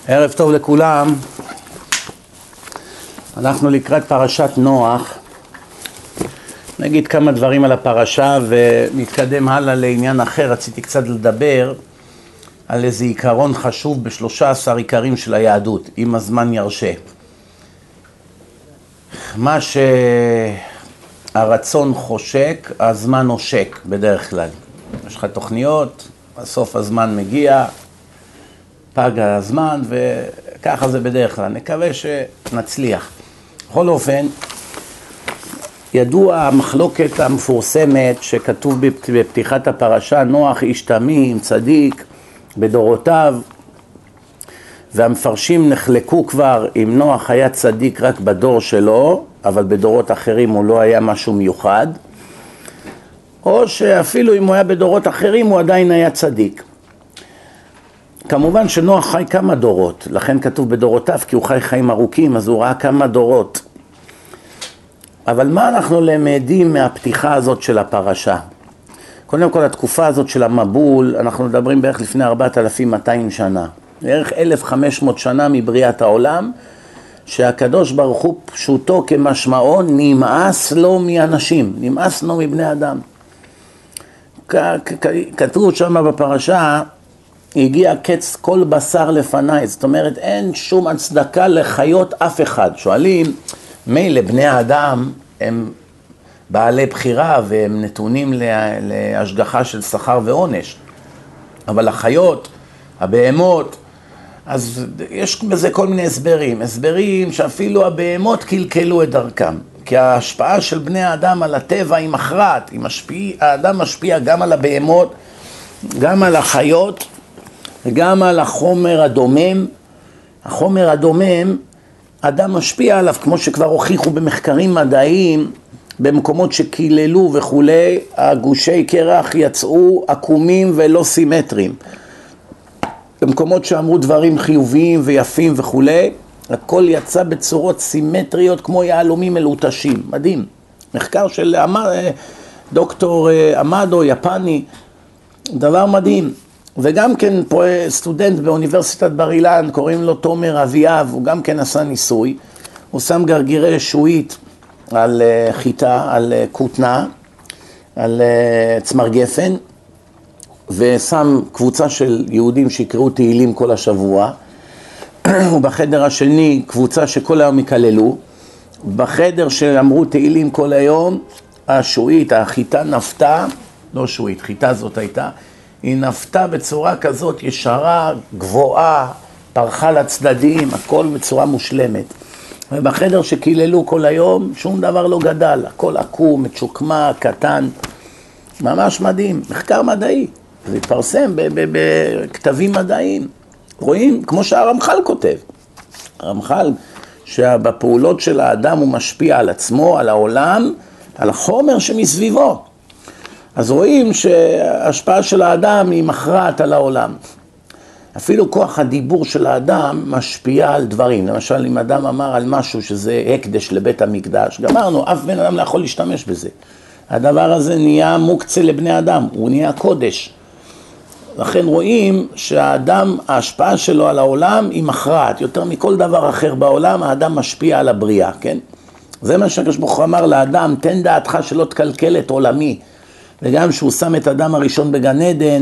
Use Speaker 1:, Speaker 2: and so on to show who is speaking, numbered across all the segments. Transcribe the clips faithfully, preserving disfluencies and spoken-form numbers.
Speaker 1: ערב טוב לכולם. אנחנו לקראת פרשת נוח. נגיד כמה דברים על הפרשה ונתקדם הלאה לעניין אחר. רציתי קצת לדבר על איזה עיקרון חשוב בשלושה עשר עיקרים של היהדות, אם הזמן ירשה. מה שהרצון חושק, הזמן נושק בדרך כלל. יש לך תוכניות, בסוף הזמן מגיע, פג הזמן, וככה זה בדרך כלל. נקווה שנצליח. בכל אופן, ידוע המחלוקת המפורסמת שכתוב בפתיחת הפרשה, נוח איש תמים, צדיק, בדורותיו, והמפרשים נחלקו כבר אם נוח היה צדיק רק בדור שלו, אבל בדורות אחרים הוא לא היה משהו מיוחד, או שאפילו אם הוא היה בדורות אחרים הוא עדיין היה צדיק. כמובן שנוח חי כמה דורות, לכן כתוב בדורותיו, כי הוא חי חיים ארוכים, אז הוא ראה כמה דורות. אבל מה אנחנו למדים מהפתיחה הזאת של הפרשה? קודם כל, התקופה הזאת של המבול, אנחנו מדברים בערך לפני ארבעת אלפים ומאתיים שנה. בערך אלף וחמש מאות שנה מבריאת העולם, שהקדוש ברוך הוא פשוטו כמשמעו נמאס לו מאנשים, נמאס לו מבני אדם. כתוב שם בפרשה, הגיע קץ כל בשר לפניי, זאת אומרת אין שום הצדקה לחיות אף אחד. שואלים, מילא בני האדם הם בעלי בחירה והם נתונים להשגחה של שכר ועונש, אבל החיות, הבהמות, אז יש בזה כל מיני הסברים, הסברים שאפילו הבהמות קלקלו את דרכם, כי ההשפעה של בני האדם על הטבע היא מכרעת, היא משפיע, האדם משפיע גם על הבהמות, גם על החיות, וגם על החומר הדומם. החומר הדומם, אדם משפיע עליו, כמו שכבר הוכיחו במחקרים מדעיים, במקומות שקיללו וכולי, הגושי קרח יצאו עקומים ולא סימטריים. במקומות שאמרו דברים חיוביים ויפים וכולי, הכל יצא בצורות סימטריות כמו יהלומים מלוטשים. מדהים. מחקר של דוקטור אמדו, יפני, דבר מדהים. וגם כן פה סטודנט באוניברסיטת בר אילן, קוראים לו תומר אביאב, הוא גם כן עשה ניסוי, הוא שם גרגירי שועית על חיטה, על כותנה, על צמר גפן, ושם קבוצה של יהודים שיקראו תהילים כל השבוע, ובחדר השני קבוצה שכל היום יקללו, בחדר שאמרו תהילים כל היום, השועית, החיטה נפתה, לא שועית, חיטה זאת הייתה, היא נפתה בצורה כזאת ישרה, גבוהה, פרחה לצדדים, הכל בצורה מושלמת. ובחדר שקיללו כל היום, שום דבר לא גדל, הכל עקום, מצ'וקמה, קטן, ממש מדהים, מחקר מדעי, זה התפרסם בכתבים מדעיים. רואים, כמו שהרמח"ל כותב, הרמח"ל, שבפעולות של האדם הוא משפיע על עצמו, על העולם, על החומר שמסביבו. אז רואים שההשפעה של האדם היא מכרעת על העולם. אפילו כוח הדיבור של האדם משפיע על דברים. למשל, אם אדם אמר על משהו שזה הקדש לבית המקדש, גמרנו, אף בן אדם לא יכול להשתמש בזה. הדבר הזה נהיה מוקצה לבני אדם, הוא נהיה קודש. לכן רואים שהאדם, ההשפעה שלו על העולם היא מכרעת. יותר מכל דבר אחר בעולם, האדם משפיע על הבריאה, כן? זה מה שהקדוש ברוך הוא אמר לאדם, תן דעתך שלא תקלקל את עולמי. וגם שהוא שם את אדם הראשון בגן עדן,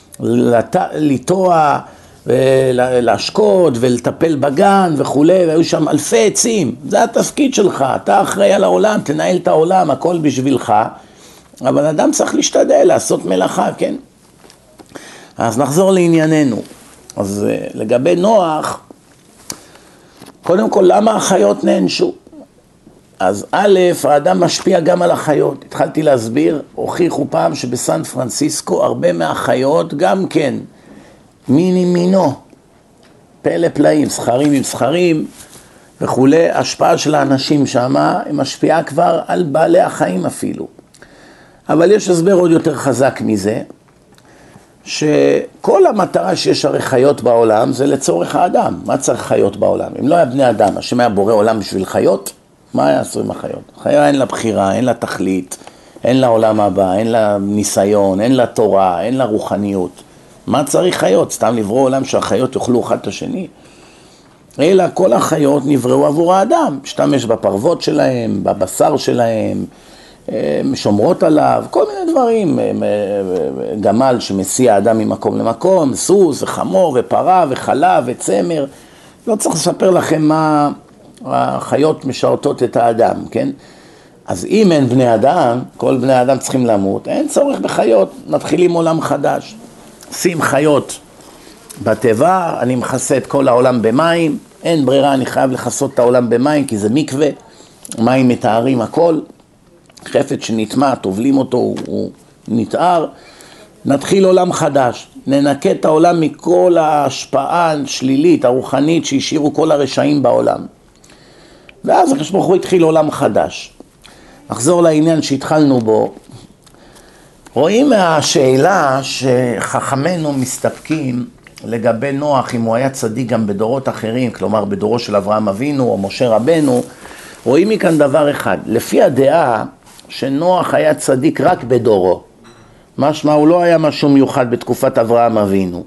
Speaker 1: לטוע ולהשקות ולטפל בגן וכולי, והיו שם אלפי עצים. זה התפקיד שלך, אתה אחראי על העולם, תנהל את העולם, הכל בשבילך, אבל אדם צריך להשתדל, לעשות מלאכה, כן? אז נחזור לענייננו. אז לגבי נוח, קודם כל, למה החיות נענשו? אז א', האדם משפיע גם על החיות. התחלתי להסביר, הוכיחו פעם שבסן פרנסיסקו הרבה מהחיות גם כן מיני מינו, פלא פלאים, זכרים עם זכרים וכולי. השפעה של האנשים שם היא משפיעה כבר על בעלי החיים אפילו. אבל יש הסבר עוד יותר חזק מזה, שכל המטרה שיש הרי חיות בעולם זה לצורך האדם. מה צריך חיות בעולם? אם לא היה בני אדם, השם היה בורא עולם בשביל חיות? מה יעשו עם החיות? החיה אין לה בחירה, אין לה תכלית, אין לה עולם הבא, אין לה ניסיון, אין לה תורה, אין לה רוחניות. מה צריך חיות? סתם לברוא עולם שהחיות יאכלו אחד את השני? אלא כל החיות נבראו עבור האדם, משתמש בפרוות שלהם, בבשר שלהם, שומרות עליו, כל מיני דברים, גמל שמסיע האדם ממקום למקום, סוס וחמור ופרה וחלב וצמר, לא צריך לספר לכם מה החיות משרתות את האדם, כן? אז אם אין בני אדם, כל בני האדם צריכים למות, אין צורך בחיות, מתחילים עולם חדש. שים חיות בטבע, אני מכסה את כל העולם במים, אין ברירה, אני חייב לכסות את העולם במים, כי זה מקווה, מים מתארים הכל, חפץ שנטמע, תובלים אותו, הוא, הוא נתאר, נתחיל עולם חדש, ננקה את העולם מכל ההשפעה השלילית, הרוחנית, שהשאירו כל הרשעים בעולם. ואז הקדוש ברוך הוא התחיל עולם חדש. נחזור לעניין שהתחלנו בו, רואים מהשאלה שחכמינו מסתפקים לגבי נוח, אם הוא היה צדיק גם בדורות אחרים, כלומר בדורו של אברהם אבינו או משה רבנו, רואים מכאן דבר אחד, לפי הדעה שנוח היה צדיק רק בדורו, משמע הוא לא היה משהו מיוחד בתקופת אברהם אבינו,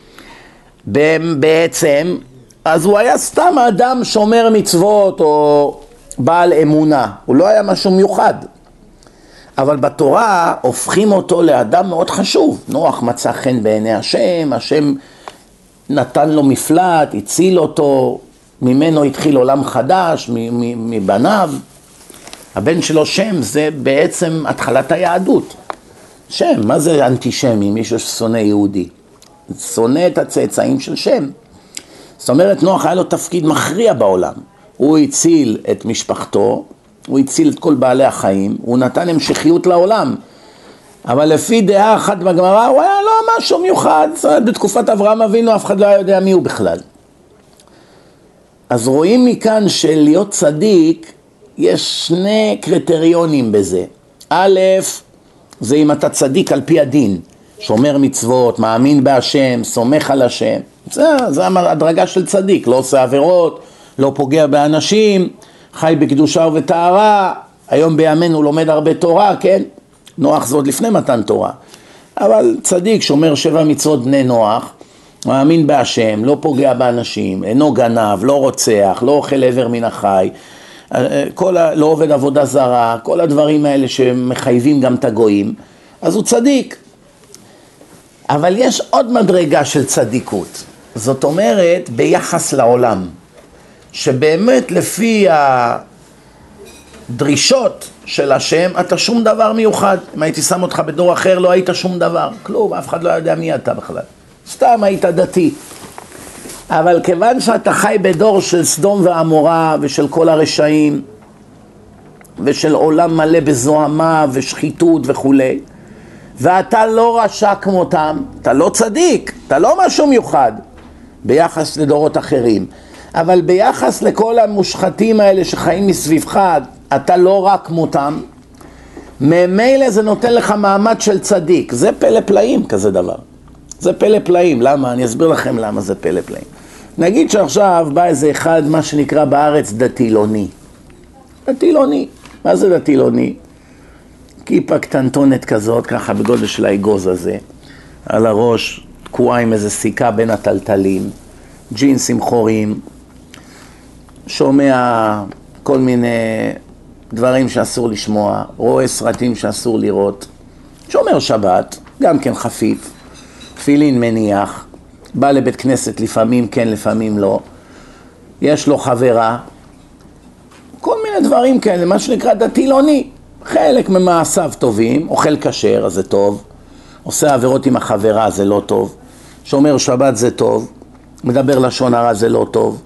Speaker 1: בעצם אז הוא היה סתם אדם שומר מצוות או בעל אמונה, הוא לא היה משהו מיוחד. אבל בתורה הופכים אותו לאדם מאוד חשוב. נוח מצא חן בעיני השם, השם נתן לו מפלט, הציל אותו, ממנו התחיל עולם חדש, מבניו. הבן שלו שם זה בעצם התחלת היהדות. שם, מה זה אנטישמי, מישהו ששונא יהודי? שונא את הצאצאים של שם. זאת אומרת, נוח היה לו תפקיד מכריע בעולם. הוא הציל את משפחתו, הוא הציל את כל בעלי החיים, הוא נתן המשכיות לעולם. אבל לפי דעה אחת בגמרא, הוא היה לא משהו מיוחד, בתקופת אברהם אבינו אף אחד לא היה יודע מי הוא בכלל. אז רואים מכאן שלהיות צדיק, יש שני קריטריונים בזה. א', זה אם אתה צדיק על פי הדין, שומר מצוות, מאמין בהשם, סומך על השם. זה, זה הדרגה של צדיק, לא עושה עבירות, לא פוגע באנשים, חי בקדושה ובטהרה, היום בימינו לומד הרבה תורה, כן? נוח זה עוד לפני מתן תורה. אבל צדיק שומר שבע מצוות בני נוח, מאמין בהשם, לא פוגע באנשים, אינו גנב, לא רוצח, לא אוכל עבר מן החי, כל ה... לא עובד עבודה זרה, כל הדברים האלה שמחייבים גם את הגויים, אז הוא צדיק. אבל יש עוד מדרגה של צדיקות, זאת אומרת ביחס לעולם, שבאמת לפי הדרישות של השם אתה שום דבר מיוחד. אם הייתי שם אותך בדור אחר לא היית שום דבר, כלום, אף אחד לא יודע מי אתה בכלל, סתם היית דתי. אבל כיוון שאתה חי בדור של סדום ועמורה ושל כל הרשעים ושל עולם מלא בזוהמה ושחיתות וכו', ואתה לא רשע כמותם, אתה לא צדיק, אתה לא משהו מיוחד ביחס לדורות אחרים, אבל ביחס לכל המושחתים האלה שחיים מסביבך, אתה לא רק כמותם, ממילא זה נותן לך מעמד של צדיק. זה פלא פלאים כזה דבר. זה פלא פלאים. למה? אני אסביר לכם למה זה פלא פלאים. נגיד שעכשיו בא איזה אחד, מה שנקרא בארץ דתילוני. דתילוני. מה זה דתילוני? כיפה קטנטונת כזאת, ככה בגודל של האגוז הזה, על הראש, תקועה עם איזה סיכה בין הטלטלים, ג'ינסים חורים, שומע כל מיני דברים שאסור לשמוע, רואה סרטים שאסור לראות, שומר שבת, גם כן חפיף, תפילין מניח, בא לבית כנסת לפעמים כן, לפעמים לא, יש לו חברה, כל מיני דברים כאלה, מה שנקרא דתילוני. חלק ממעשיו טובים, אוכל כשר, אז זה טוב, עושה עבירות עם החברה, זה לא טוב, שומר שבת זה טוב, מדבר לשון הרע זה לא טוב,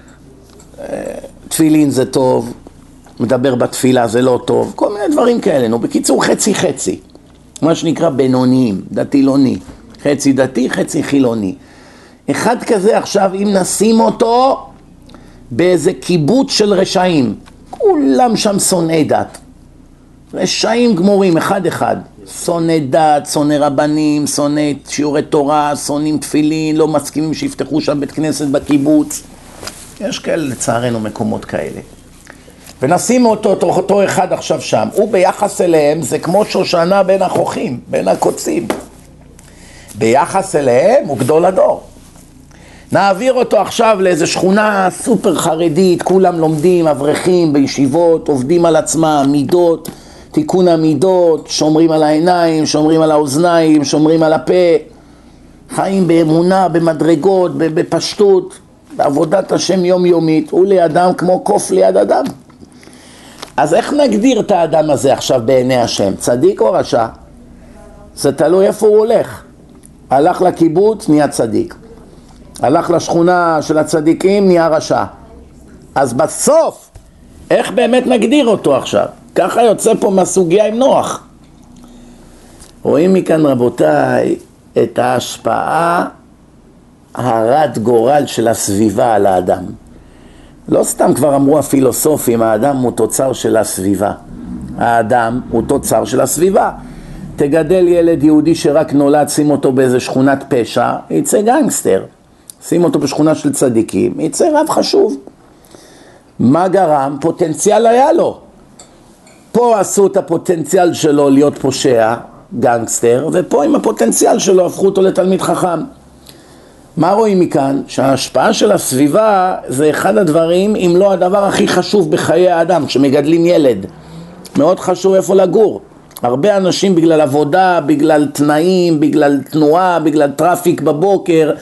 Speaker 1: תפילין זה טוב, מדבר בתפילה זה לא טוב, כל מיני דברים כאלה. נו, בקיצור חצי חצי, מה שנקרא בינוניים, דתילוני, חצי דתי, חצי חילוני. אחד כזה עכשיו, אם נשים אותו באיזה קיבוץ של רשעים, כולם שם שונאי דת, רשעים גמורים, אחד אחד, שונא דת, שונא רבנים, שונא שיעורי תורה, שונאים תפילין, לא מסכימים שיפתחו שם בית כנסת בקיבוץ. יש כאלה לצערנו מקומות כאלה. ונשים אותו, אותו, אותו אחד עכשיו שם, הוא ביחס אליהם זה כמו שושנה בין החוכים, בין הקוצים. ביחס אליהם הוא גדול הדור. נעביר אותו עכשיו לאיזו שכונה סופר חרדית, כולם לומדים, אברכים בישיבות, עובדים על עצמם, מידות, תיקון המידות, שומרים על העיניים, שומרים על האוזניים, שומרים על הפה, חיים באמונה, במדרגות, בפשטות, בעבודת השם יומיומית, הוא לידם כמו קוף ליד אדם. אז איך נגדיר את האדם הזה עכשיו בעיני השם? צדיק או רשע? זה תלוי איפה הוא הולך. הלך לקיבוץ, נהיה צדיק. הלך לשכונה של הצדיקים, נהיה רשע. אז בסוף, איך באמת נגדיר אותו עכשיו? ככה יוצא פה מהסוגיה עם נוח. רואים מכאן רבותיי את ההשפעה הרת גורל של הסביבה על האדם. לא סתם כבר אמרו הפילוסופים, האדם הוא תוצר של הסביבה. האדם הוא תוצר של הסביבה. תגדל ילד יהודי שרק נולד, שים אותו באיזה שכונת פשע, יצא גנגסטר. שים אותו בשכונה של צדיקים, יצא רב חשוב. מה גרם? פוטנציאל היה לו. פה עשו את הפוטנציאל שלו להיות פושע, גנגסטר, ופה עם הפוטנציאל שלו הפכו אותו לתלמיד חכם. מה רואים מכאן? שההשפעה של הסביבה זה אחד הדברים, אם לא הדבר הכי חשוב בחיי האדם, שמגדלים ילד. מאוד חשוב איפה לגור. הרבה אנשים בגלל עבודה, בגלל תנאים, בגלל תנועה, בגלל טראפיק בבוקר,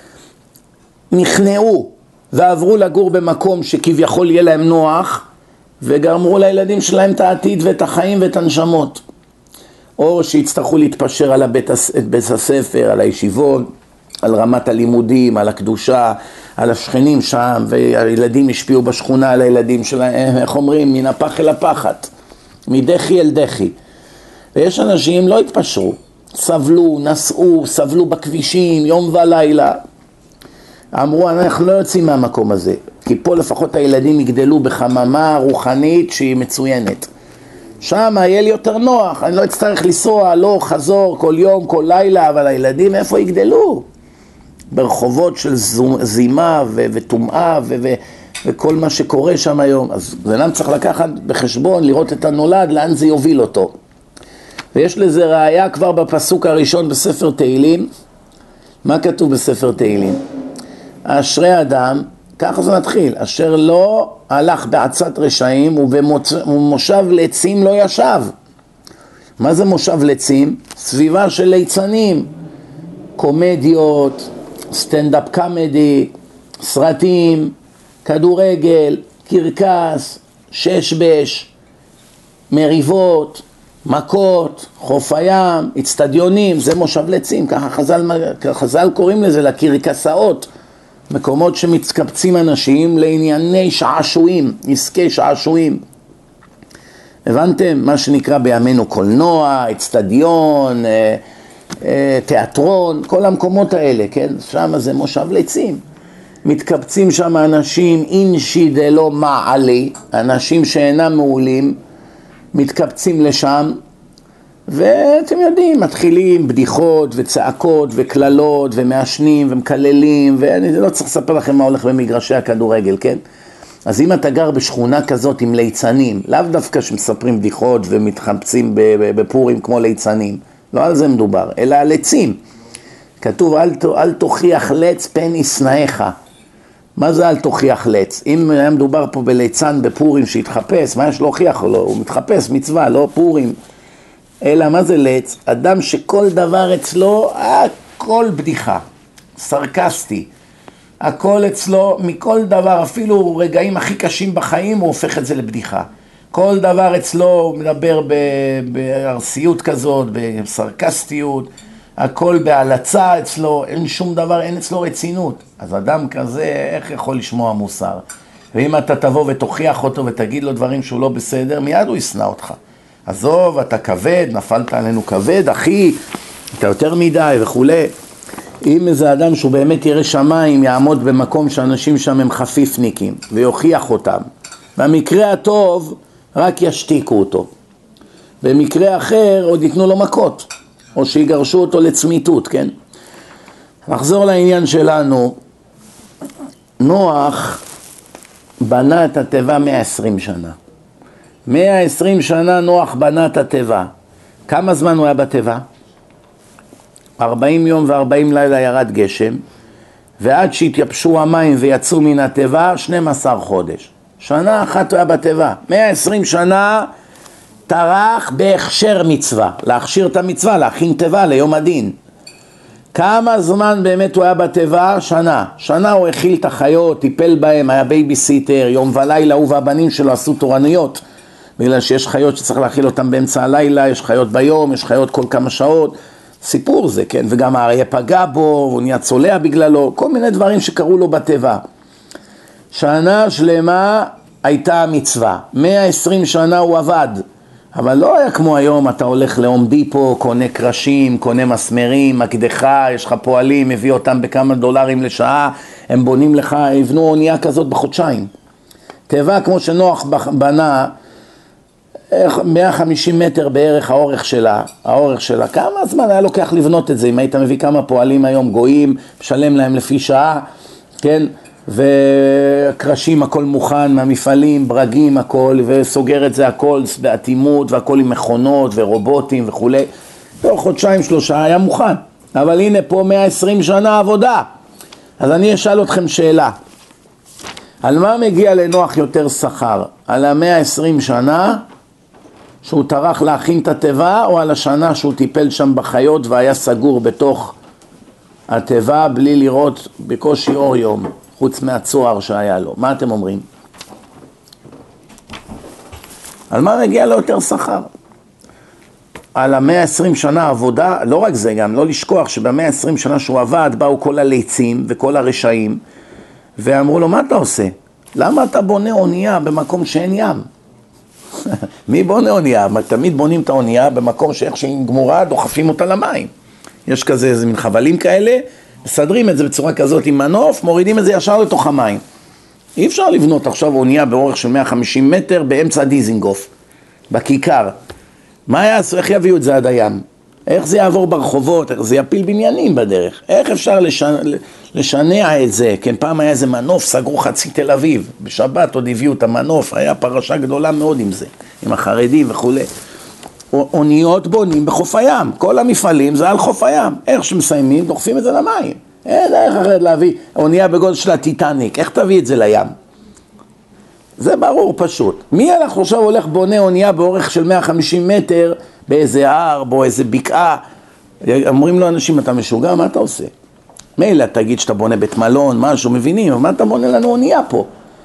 Speaker 1: נכנעו ועברו לגור במקום שכביכול יהיה להם נוח, וגרמו לילדים שלהם את העתיד ואת החיים ואת הנשמות. או שיצטרכו להתפשר על בית הספר, על הישיבות, על רמת הלימודים, על הקדושה, על השכנים שם, והילדים השפיעו בשכונה על הילדים שלהם, איך אומרים, מן הפח אל הפחת, מדחי אל דחי. ויש אנשים לא התפשרו, סבלו, נסעו, סבלו בכבישים, יום ולילה. אמרו, אנחנו לא יוצאים מהמקום הזה, כי פה לפחות הילדים יגדלו בחממה רוחנית שהיא מצוינת. שם יהיה לי יותר נוח, אני לא אצטרך לנסוע, לא חזור כל יום, כל לילה, אבל הילדים איפה יגדלו? ברחובות של זימה וטומאה וכל מה שקורה שם היום. אז זה למה צריך לקחת בחשבון, לראות את הנולד, לאן זה יוביל אותו. ויש לזה ראיה כבר בפסוק הראשון בספר תהילים. מה כתוב בספר תהילים? אשרי אדם, ככה זה מתחיל, אשר לא הלך בעצת רשעים ובמושב לעצים לא ישב. מה זה מושב לעצים? סביבה של ליצנים, קומדיות, סטנדאפ קומדי, סרטים, כדורגל, קרקס, ששבש, מריבות, מכות, חוף הים, אצטדיונים, זה מושב לעצים, ככה חז"ל, חז"ל קוראים לזה, לקרקסאות, מקומות שמתקבצים אנשים לענייני שעשועים, עסקי שעשועים. הבנתם? מה שנקרא בימינו קולנוע, אצטדיון, תיאטרון, כל המקומות האלה, כן? שם זה מושב לעצים. מתקבצים שם אנשים אינשי דלא מעלי, אנשים שאינם מעולים, מתקבצים לשם, ואתם יודעים, מתחילים בדיחות וצעקות וכללות ומעשנים ומקללים, ואני לא צריך לספר לכם מה הולך במגרשי הכדורגל, כן? אז אם אתה גר בשכונה כזאת עם ליצנים, לאו דווקא שמספרים בדיחות ומתחפצים בפורים כמו ליצנים, לא על זה מדובר, אלא על עצים. כתוב, אל, אל תוכיח לץ פן ישנאיך. מה זה אל תוכיח לץ? אם היה מדובר פה בליצן בפורים שהתחפש, מה יש להוכיח לו? הוא מתחפש מצווה, לא פורים. אלא מה זה לץ? אדם שכל דבר אצלו, הכל בדיחה, סרקסטי. הכל אצלו, מכל דבר, אפילו רגעים הכי קשים בחיים, הוא הופך את זה לבדיחה. כל דבר אצלו הוא מדבר בארסיות כזאת, בסרקסטיות, הכל בהלצה אצלו, אין שום דבר, אין אצלו רצינות. אז אדם כזה, איך יכול לשמוע מוסר? ואם אתה תבוא ותוכיח אותו ותגיד לו דברים שהוא לא בסדר, מיד הוא ישנא אותך. עזוב, אתה כבד, נפלת עלינו כבד, אחי, אתה יותר מדי וכו'. אם איזה אדם שהוא באמת ירא שמיים, יעמוד במקום שאנשים שם הם חפיפניקים, ויוכיח אותם. במקרה הטוב, רק ישתיקו אותו. במקרה אחר, עוד ייתנו לו מכות, או שיגרשו אותו לצמיתות, כן? נחזור לעניין שלנו. נוח בנה את התיבה מאה ועשרים שנה. מאה ועשרים שנה נוח בנה את התיבה. כמה זמן הוא היה בתיבה? ארבעים יום וארבעים לילה ירד גשם, ועד שהתייבשו המים ויצאו מן התיבה, שנים עשר חודש. שנה אחת הוא היה בתיבה. מאה ועשרים שנה טרח בהכשר מצווה, להכשיר את המצווה, להכין תיבה ליום הדין. כמה זמן באמת הוא היה בתיבה? שנה. שנה הוא הכיל את החיות, טיפל בהם, היה בייביסיטר, יום ולילה הוא והבנים שלו עשו תורנויות, בגלל שיש חיות שצריך להכיל אותם באמצע הלילה, יש חיות ביום, יש חיות כל כמה שעות, סיפור זה, כן? וגם האריה פגע בו, הוא נהיה צולע בגללו, כל מיני דברים שקרו לו בתיבה. שנה שלמה הייתה המצווה, מאה ועשרים שנה הוא עבד, אבל לא היה כמו היום, אתה הולך לאום דיפו, קונה קרשים, קונה מסמרים, מקדחה, יש לך פועלים, מביא אותם בכמה דולרים לשעה, הם בונים לך, הבנו אונייה כזאת בחודשיים. תיבה כמו שנוח בנה, מאה וחמישים מטר בערך האורך שלה, האורך שלה, כמה זמן היה לוקח לבנות את זה, אם היית מביא כמה פועלים היום גויים, משלם להם לפי שעה, כן? וקרשים הכל מוכן מהמפעלים, ברגים הכל, וסוגר את זה הכל באטימות, והכל עם מכונות ורובוטים וכולי. תוך חודשיים שלושה היה מוכן, אבל הנה פה מאה ועשרים שנה עבודה. אז אני אשאל אתכם שאלה, על מה מגיע לנוח יותר שכר? על המאה ועשרים שנה שהוא טרח להכין את התיבה, או על השנה שהוא טיפל שם בחיות והיה סגור בתוך התיבה בלי לראות בקושי אור יום, חוץ מהצוהר שהיה לו? מה אתם אומרים? על מה מגיע לו יותר שכר? על המאה ועשרים שנה עבודה, לא רק זה, גם לא לשכוח שבמאה ועשרים שנה שהוא עבד, באו כל הליצים וכל הרשעים, ואמרו לו, מה אתה עושה? למה אתה בונה אונייה במקום שאין ים? מי בונה אונייה? תמיד בונים את האונייה במקום שאיך שהיא גמורה, דוחפים אותה למים. יש כזה, איזה מין חבלים כאלה, מסדרים את זה בצורה כזאת עם מנוף, מורידים את זה ישר לתוך המים. אי אפשר לבנות עכשיו אונייה באורך של מאה וחמישים מטר באמצע דיזינגוף, בכיכר. מה יעשו? איך יביאו את זה עד הים? איך זה יעבור ברחובות? איך זה יפיל בניינים בדרך? איך אפשר לשנע, לשנע את זה? כן, פעם היה איזה מנוף, סגרו חצי תל אביב. בשבת עוד הביאו את המנוף, היה פרשה גדולה מאוד עם זה, עם החרדים וכו'. אוניות בונים בחוף הים, כל המפעלים זה על חוף הים. איך שמסיימים, דוחפים את זה למים. אין איך אחרת להביא אונייה בגודל של הטיטניק, איך תביא את זה לים? זה ברור פשוט. מי אנחנו עכשיו הולך בונה אונייה באורך של מאה וחמישים מטר באיזה הר, בו איזה בקעה? אומרים לו אנשים, אתה משוגע, מה אתה עושה? מילא תגיד שאתה בונה בית מלון, משהו, מבינים, אבל מה אתה בונה לנו אונייה פה?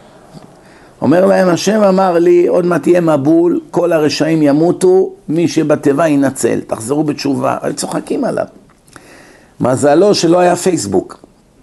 Speaker 1: אומר להם, השם אמר לי, עוד מעט תהיה מבול, כל הרשעים ימותו, מי שבתיבה ינצל, תחזרו בתשובה. הם צוחקים עליו. מזלו שלא היה פייסבוק.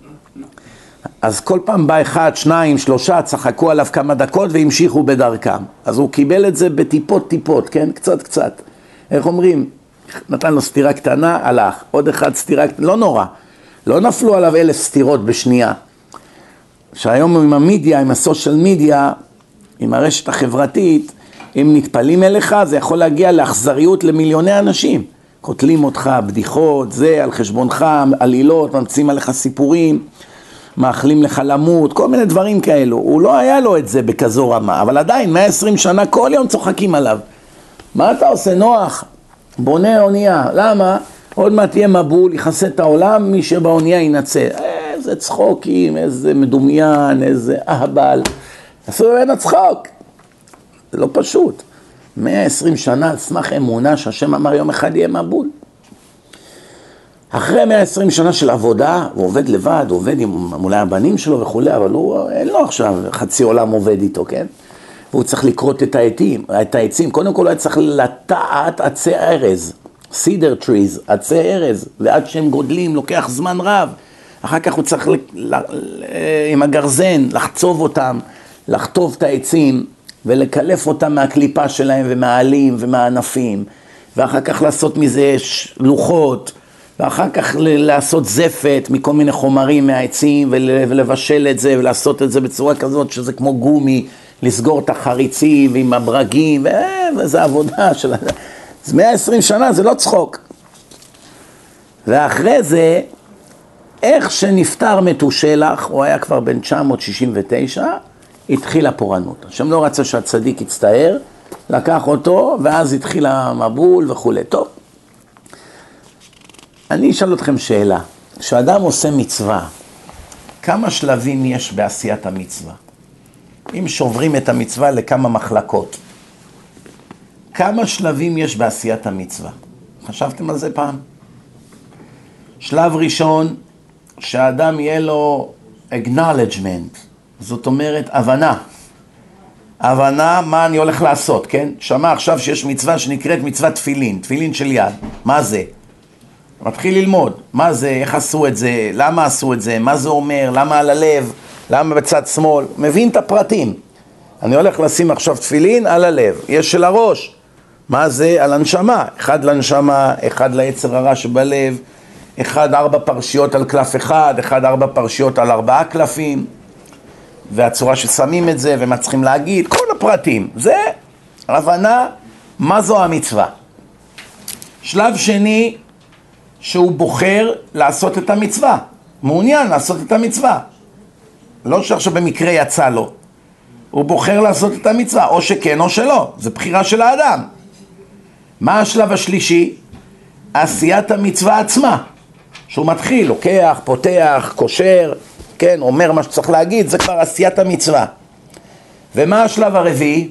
Speaker 1: אז כל פעם בא אחד, שניים, שלושה, צחקו עליו כמה דקות והמשיכו בדרכם. אז הוא קיבל את זה בטיפות טיפות, כן? קצת קצת. איך אומרים? נתן לו סתירה קטנה, הלך. עוד אחד סתירה קטנה, לא נורא. לא נפלו עליו אלף סתירות בשנייה. שהיום עם המדיה, עם הסושיאל מדיה, עם הרשת החברתית, אם נטפלים אליך, זה יכול להגיע לאכזריות למיליוני אנשים. קוטלים אותך, בדיחות, זה, על חשבונך, עלילות, ממציאים עליך סיפורים, מאכלים לך למות, כל מיני דברים כאלו. הוא לא היה לו את זה בכזו רמה, אבל עדיין, מאה ועשרים שנה, כל יום צוחקים עליו. מה אתה עושה, נוח? בונה אונייה. למה? עוד מעט תהיה מבול, יחסה את העולם, מי שבאונייה ינצל. איזה צחוקים, איזה מדומיין, איזה אהבל. עשו ממנו צחוק. זה לא פשוט. מאה ועשרים שנה על סמך אמונה שהשם אמר יום אחד יהיה מבול. אחרי מאה ועשרים שנה של עבודה, הוא עובד לבד, הוא עובד עם אולי הבנים שלו וכו', אבל הוא, אין לו עכשיו חצי עולם עובד איתו, כן? והוא צריך לקרות את העצים, את העצים. קודם כל הוא היה צריך לטעת עצי ארז, סידר טריז, עצי ארז, ועד שהם גודלים לוקח זמן רב. אחר כך הוא צריך ל, עם הגרזן לחצוב אותם, לחטוב את העצים ולקלף אותם מהקליפה שלהם ומהעלים ומהענפים, ואחר כך לעשות מזה לוחות, ואחר כך לעשות זפת מכל מיני חומרים מהעצים ולבשל את זה ולעשות את זה בצורה כזאת שזה כמו גומי, לסגור את החריצים ועם הברגים, וזה עבודה של... אז מאה ועשרים שנה זה לא צחוק. ואחרי זה, איך שנפטר מתושלח, הוא היה כבר בן תשע מאות שישים ותשע, התחילה פורענות. השם לא רצה שהצדיק יצטער, לקח אותו, ואז התחיל המבול וכו'. טוב, אני אשאל אתכם שאלה. כשאדם עושה מצווה, כמה שלבים יש בעשיית המצווה? אם שוברים את המצווה לכמה מחלקות, כמה שלבים יש בעשיית המצווה? חשבתם על זה פעם? שלב ראשון, שהאדם יהיה לו acknowledgement, זאת אומרת הבנה. הבנה מה אני הולך לעשות, כן? שמע עכשיו שיש מצווה שנקראת מצוות תפילין, תפילין של יד. מה זה? מתחיל ללמוד. מה זה? איך עשו את זה? למה עשו את זה? מה זה אומר? למה על הלב? למה בצד שמאל? מבין את הפרטים. אני הולך לשים עכשיו תפילין על הלב. יש של הראש. מה זה? על הנשמה. אחד לנשמה, אחד ליצר הרע שבלב, אחד ארבע פרשיות על קלף אחד, אחד ארבע פרשיות על ארבעה קלפים, והצורה ששמים את זה ומה צריכים להגיד, כל הפרטים. זה הבנה מה זו המצווה. שלב שני, שהוא בוחר לעשות את המצווה, מעוניין לעשות את המצווה. לא שעכשיו במקרה יצא לו. הוא בוחר לעשות את המצווה, או שכן או שלא. זה בחירה של האדם. מה השלב השלישי? עשיית המצווה עצמה. שהוא מתחיל, לוקח, פותח, קושר, כן, אומר מה שצריך להגיד, זה כבר עשיית המצווה. ומה השלב הרביעי?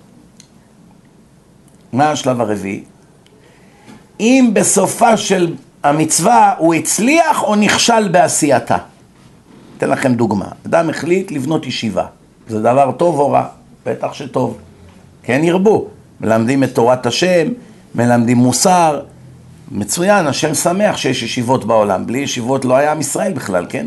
Speaker 1: מה השלב הרביעי? אם בסופה של המצווה הוא הצליח או נכשל בעשייתה. אתן לכם דוגמה. אדם החליט לבנות ישיבה. זה דבר טוב או רע? בטח שטוב. כן ירבו. מלמדים את תורת השם, מלמדים מוסר. מצוין, השם שמח שיש ישיבות בעולם. בלי ישיבות לא היה עם ישראל בכלל, כן?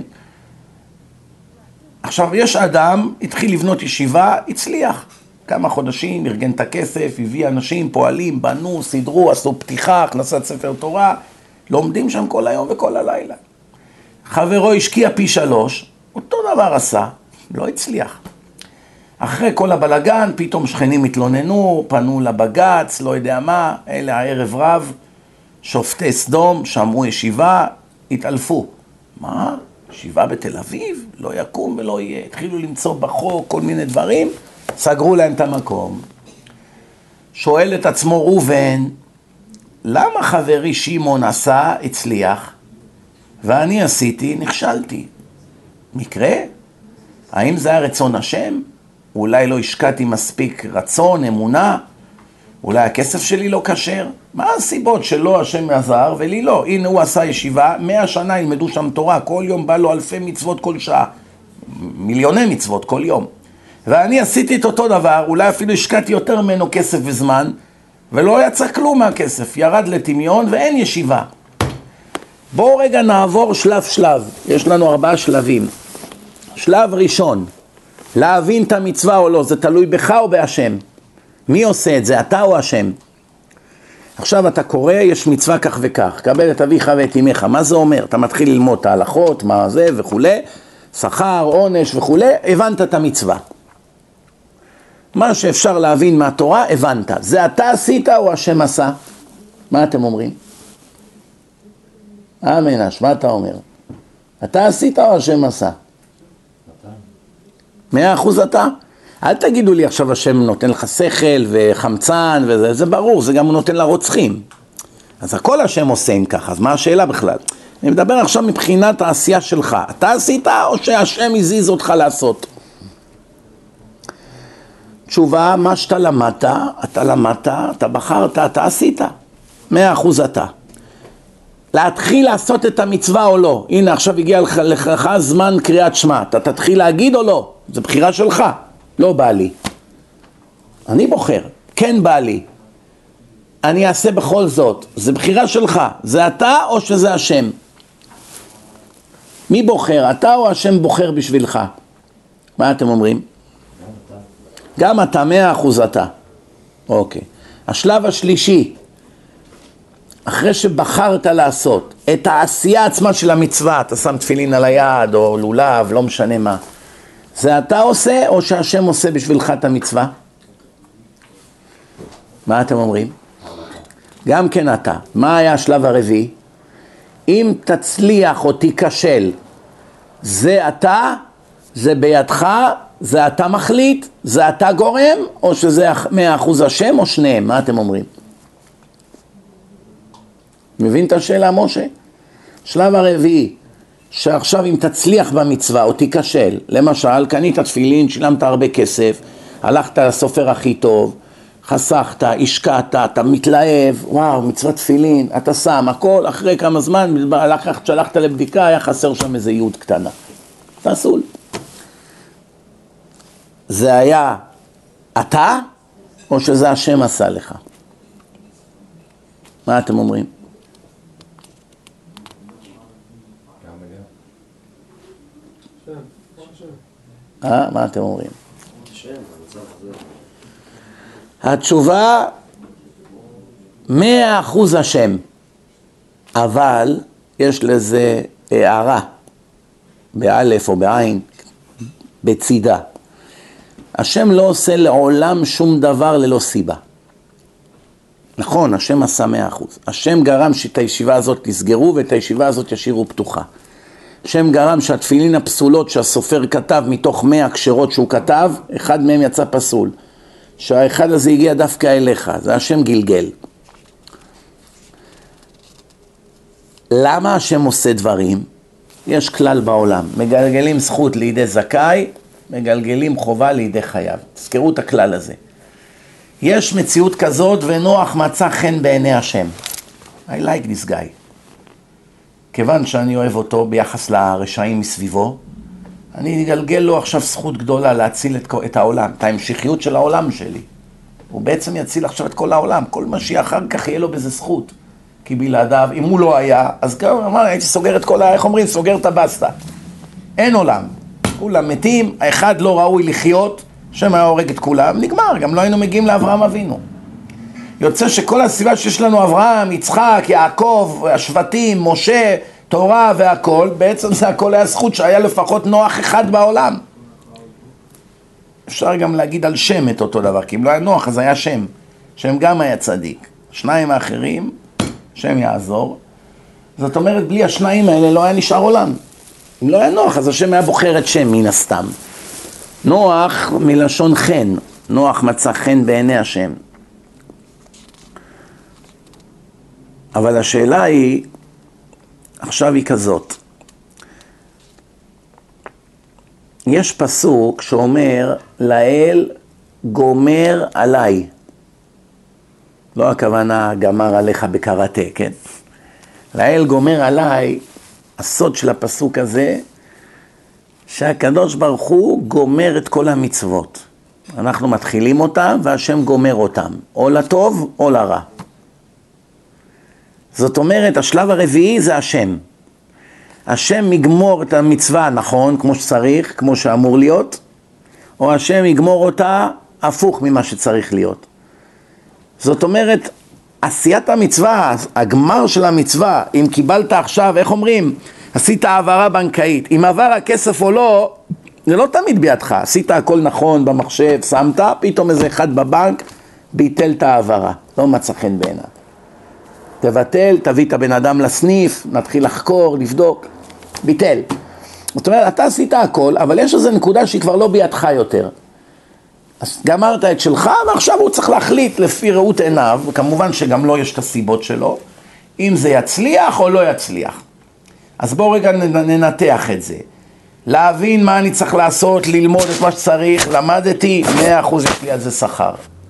Speaker 1: עכשיו, יש אדם, התחיל לבנות ישיבה, הצליח. כמה חודשים, ארגן את הכסף, הביא אנשים, פועלים, בנו, סדרו, עשו פתיחה, הכנסת ספר תורה, לומדים שם כל היום וכל הלילה. חברו השקיע פי שלוש, אותו דבר עשה, לא הצליח. אחרי כל הבלגן, פתאום שכנים התלוננו, פנו לבגץ, לא יודע מה, אלה הערב רב, שופטי סדום, שמעו ישיבה, התעלפו. מה? ישיבה בתל אביב? לא יקום ולא יהיה. התחילו למצוא בחוק כל מיני דברים, סגרו להם את המקום. שואל את עצמו ראובן, למה חברי שמעון עשה, הצליח, ואני עשיתי, נכשלתי? מקרה? האם זה היה רצון השם? אולי לא השקעתי מספיק רצון, אמונה? אולי הכסף שלי לא כשר? מה הסיבות שלא השם עזר ולי לא? הנה הוא עשה ישיבה, מאה שנה ילמדו שם תורה, כל יום בא לו אלפי מצוות כל שעה, מיליוני מצוות כל יום. ואני עשיתי את אותו דבר, אולי אפילו השקעתי יותר ממנו כסף וזמן, ולא יצא כלום מהכסף, ירד לטמיון ואין ישיבה. בואו רגע נעבור שלב שלב, יש לנו ארבעה שלבים. שלב ראשון, להבין את המצווה או לא, זה תלוי בך או בהשם. מי עושה את זה, אתה או השם? עכשיו אתה קורא, יש מצווה כך וכך, קבל את אביך ואת אמך, מה זה אומר? אתה מתחיל ללמוד את ההלכות, מה זה וכולי, שכר, עונש וכולי, הבנת את המצווה. מה שאפשר להבין מהתורה, הבנת. זה אתה עשית או השם עשה? מה אתם אומרים? אה מנש, מה אתה אומר? אתה עשית או השם עשה? מאה אחוז אתה? אל תגידו לי עכשיו השם נותן לך שכל וחמצן וזה, זה ברור, זה גם הוא נותן לרוצחים. אז הכל השם עושה אם ככה, אז מה השאלה בכלל? אני מדבר עכשיו מבחינת העשייה שלך. אתה עשית או שהשם הזיז אותך לעשות? תשובה, מה שאתה למדת, אתה למדת, אתה בחרת, אתה עשית. מאה אחוז אתה. להתחיל לעשות את המצווה או לא. הנה עכשיו הגיע לך, לך זמן קריאת שמע. אתה תתחיל להגיד או לא? זה בחירה שלך. לא בא לי. אני בוחר. כן בא לי. אני אעשה בכל זאת. זה בחירה שלך. זה אתה או שזה השם? מי בוחר? אתה או השם בוחר בשבילך? מה אתם אומרים? גם אתה, מאה אחוז אתה. אוקיי. השלב השלישי, אחרי שבחרת לעשות את העשייה עצמה של המצווה, אתה שם תפילין על היד או לולב, לא משנה מה. זה אתה עושה או שהשם עושה בשבילך את המצווה? מה אתם אומרים? גם כן אתה. מה היה השלב הרביעי? אם תצליח או תיכשל, זה אתה, זה בידך, זה אתה מחליט, זה אתה גורם, או שזה מאה אחוז השם או שניהם? מה אתם אומרים? מבין את השאלה, משה? שלב הרביעי, שעכשיו אם תצליח במצווה או תיכשל, למשל, קנית תפילין, שילמת הרבה כסף, הלכת לסופר הכי טוב, חסכת, השקעת, אתה מתלהב, וואו, מצוות תפילין, אתה שם, הכל, אחרי כמה זמן, שלחת לבדיקה, היה חסר שם איזה יוד קטנה. פסול. זה היה אתה, או שזה השם עשה לך? מה אתם אומרים? אה? מה אתם אומרים? התשובה מאה אחוז השם, אבל יש לזה הערה באלף או בעין בצידה. השם לא עושה לעולם שום דבר ללא סיבה. נכון, השם עשה מאה אחוז. השם גרם שאת הישיבה הזאת תסגרו ואת הישיבה הזאת ישאירו פתוחה. השם גרם שהתפילין הפסולות שהסופר כתב מתוך מאה הקשרות שהוא כתב, אחד מהם יצא פסול. שהאחד הזה הגיע דווקא אליך, זה השם גלגל. למה השם עושה דברים? יש כלל בעולם, מגלגלים זכות לידי זכאי, מגלגלים חובה לידי חייב. תזכרו את הכלל הזה. יש מציאות כזאת ונוח מצא חן בעיני השם. I like this guy. כיוון שאני אוהב אותו ביחס לרשעים מסביבו, אני אגלגל לו עכשיו זכות גדולה להציל את, את העולם, את ההמשכיות של העולם שלי. הוא בעצם יציל עכשיו את כל העולם, כל מה שאחר כך יהיה לו בזה זכות. כי בלעדיו, אם הוא לא היה, אז גם אמר, הייתי סוגר את כל ה... איך אומרים? סוגר את הבסטה. אין עולם. כולם מתים, האחד לא ראוי לחיות, שם היה הורג את כולם, נגמר, גם לא היינו מגיעים לאברהם אבינו. יוצא שכל הסיבה שיש לנו אברהם, יצחק, יעקב, השבטים, משה, תורה והכל, בעצם זה הכל היה זכות שהיה לפחות נוח אחד בעולם. אפשר גם להגיד על שם את אותו דבר, כי אם לא היה נוח אז היה שם. שם גם היה צדיק. שניים האחרים, שם יעזור. זאת אומרת, בלי השניים האלה לא היה נשאר עולם. אם לא היה נוח, אז השם היה בוחר את שם מן הסתם. נוח מלשון חן, נוח מצא חן בעיני השם. אבל השאלה היא, עכשיו היא כזאת. יש פסוק שאומר, לאל גומר עליי. לא הכוונה גמר עליך בקראטה, כן? לאל גומר עליי, הסוד של הפסוק הזה, שהקדוש ברוך הוא גומר את כל המצוות. אנחנו מתחילים אותם והשם גומר אותם, או לטוב או לרע. זאת אומרת, השלב הרביעי זה השם. השם יגמור את המצווה נכון, כמו שצריך, כמו שאמור להיות, או השם יגמור אותה הפוך ממה שצריך להיות. זאת אומרת, עשיית המצווה, הגמר של המצווה, אם קיבלת עכשיו, איך אומרים? עשית העברה בנקאית. אם עבר הכסף או לא, זה לא תמיד בידך. עשית הכל נכון במחשב, שמת, פתאום איזה אחד בבנק, ביטל את העברה. לא מצא חן בעיניו. תבטל, תביא את הבן אדם לסניף, נתחיל לחקור, לבדוק, ביטל. זאת אומרת, אתה עשית הכל, אבל יש איזו נקודה שהיא כבר לא בידך יותר. אז גמרת את שלך, ועכשיו הוא צריך להחליט לפי ראות עיניו, וכמובן שגם לא יש את הסיבות שלו, אם זה יצליח או לא יצליח. אז בואו רגע ננתח את זה. להבין מה אני צריך לעשות, ללמוד את מה שצריך, למדתי, מאה אחוז יש לי על זה שכר.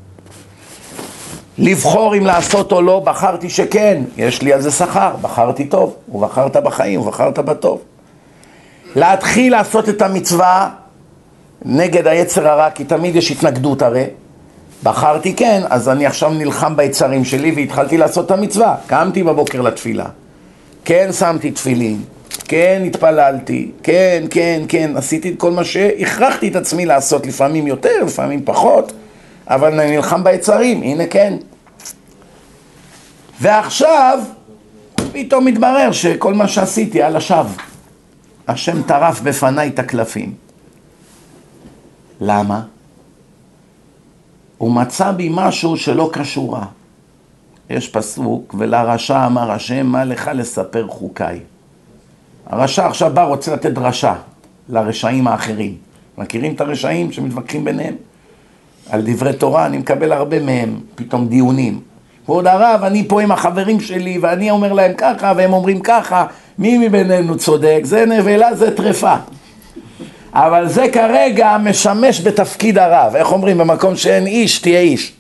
Speaker 1: לבחור אם לעשות או לא, בחרתי שכן, יש לי על זה שכר, בחרתי טוב, ובחרת בחיים, ובחרת בטוב. להתחיל לעשות את המצווה נגד היצר הרע, כי תמיד יש התנגדות הרי. בחרתי כן, אז אני עכשיו נלחם ביצרים שלי והתחלתי לעשות את המצווה. קמתי בבוקר לתפילה, כן שמתי תפילין, כן התפללתי, כן, כן, כן, עשיתי את כל מה שהכרחתי את עצמי לעשות, לפעמים יותר, לפעמים פחות, אבל אני נלחם ביצרים, הנה כן. ועכשיו, פתאום מתברר שכל מה שעשיתי על השווא. השם טרף בפניי את הקלפים. למה? הוא מצא בי משהו שלא קשורה. יש פסוק, ולרשע אמר השם, מה לך לספר חוקיי. הרשע עכשיו בא, רוצה לתת דרשה לרשעים האחרים. מכירים את הרשעים שמתווכחים ביניהם? על דברי תורה אני מקבל הרבה מהם, פתאום דיונים. ועוד הרב, אני פה עם החברים שלי, ואני אומר להם ככה, והם אומרים ככה, מי מבינינו צודק? זה נבלה, זה טרפה. אבל זה כרגע משמש בתפקיד הרב. איך אומרים? במקום שאין איש, תהיה איש.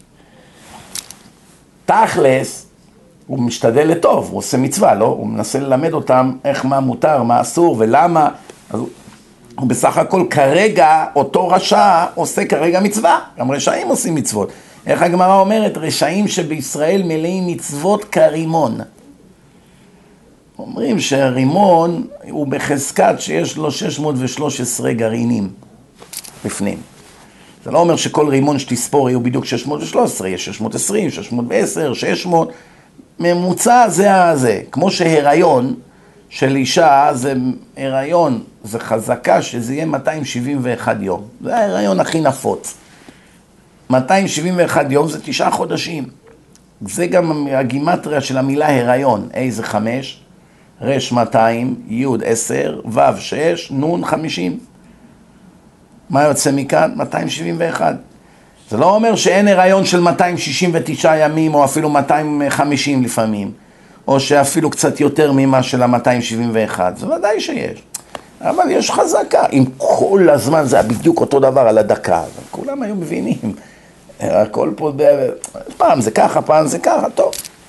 Speaker 1: תכלס, הוא משתדל לטוב, הוא עושה מצווה, לא? הוא מנסה ללמד אותם איך מה מותר, מה אסור ולמה. אז הוא, הוא בסך הכל כרגע, אותו רשע עושה כרגע מצווה. גם רשעים עושים מצוות. איך הגמרא אומרת? רשעים שבישראל מלאים מצוות כרימון. אומרים שהרימון הוא בחזקת שיש לו שש מאות ושלוש עשרה גרעינים בפנים. זה לא אומר שכל רימון שתספור יהיו בדיוק שש מאות ושלוש עשרה, יש שש מאות ועשרים, שש מאות ועשר, שש מאות. ממוצע זה הזה. כמו שהיריון של אישה, זה הריון, זה חזקה שזה יהיה מאתיים שבעים ואחד יום. זה ההיריון הכי נפוץ. מאתיים שבעים ואחד יום זה תשעה חודשים. זה גם הגימטריה של המילה הריון. A זה חמש, רש מאתיים, י' עשר, ו' שש, נ' חמישים. מה יוצא מכאן? מאתיים שבעים ואחת. זה לא אומר שאין הריון של מאתיים שישים ותשעה ימים, או אפילו מאתיים וחמישים לפעמים, או שאפילו קצת יותר ממה של ה-מאתיים שבעים ואחת. זה ודאי שיש. אבל יש חזקה. אם כל הזמן זה בדיוק אותו דבר על הדקה, כולם היו מבינים. הכל פה, פעם זה ככה, פעם זה ככה, טוב.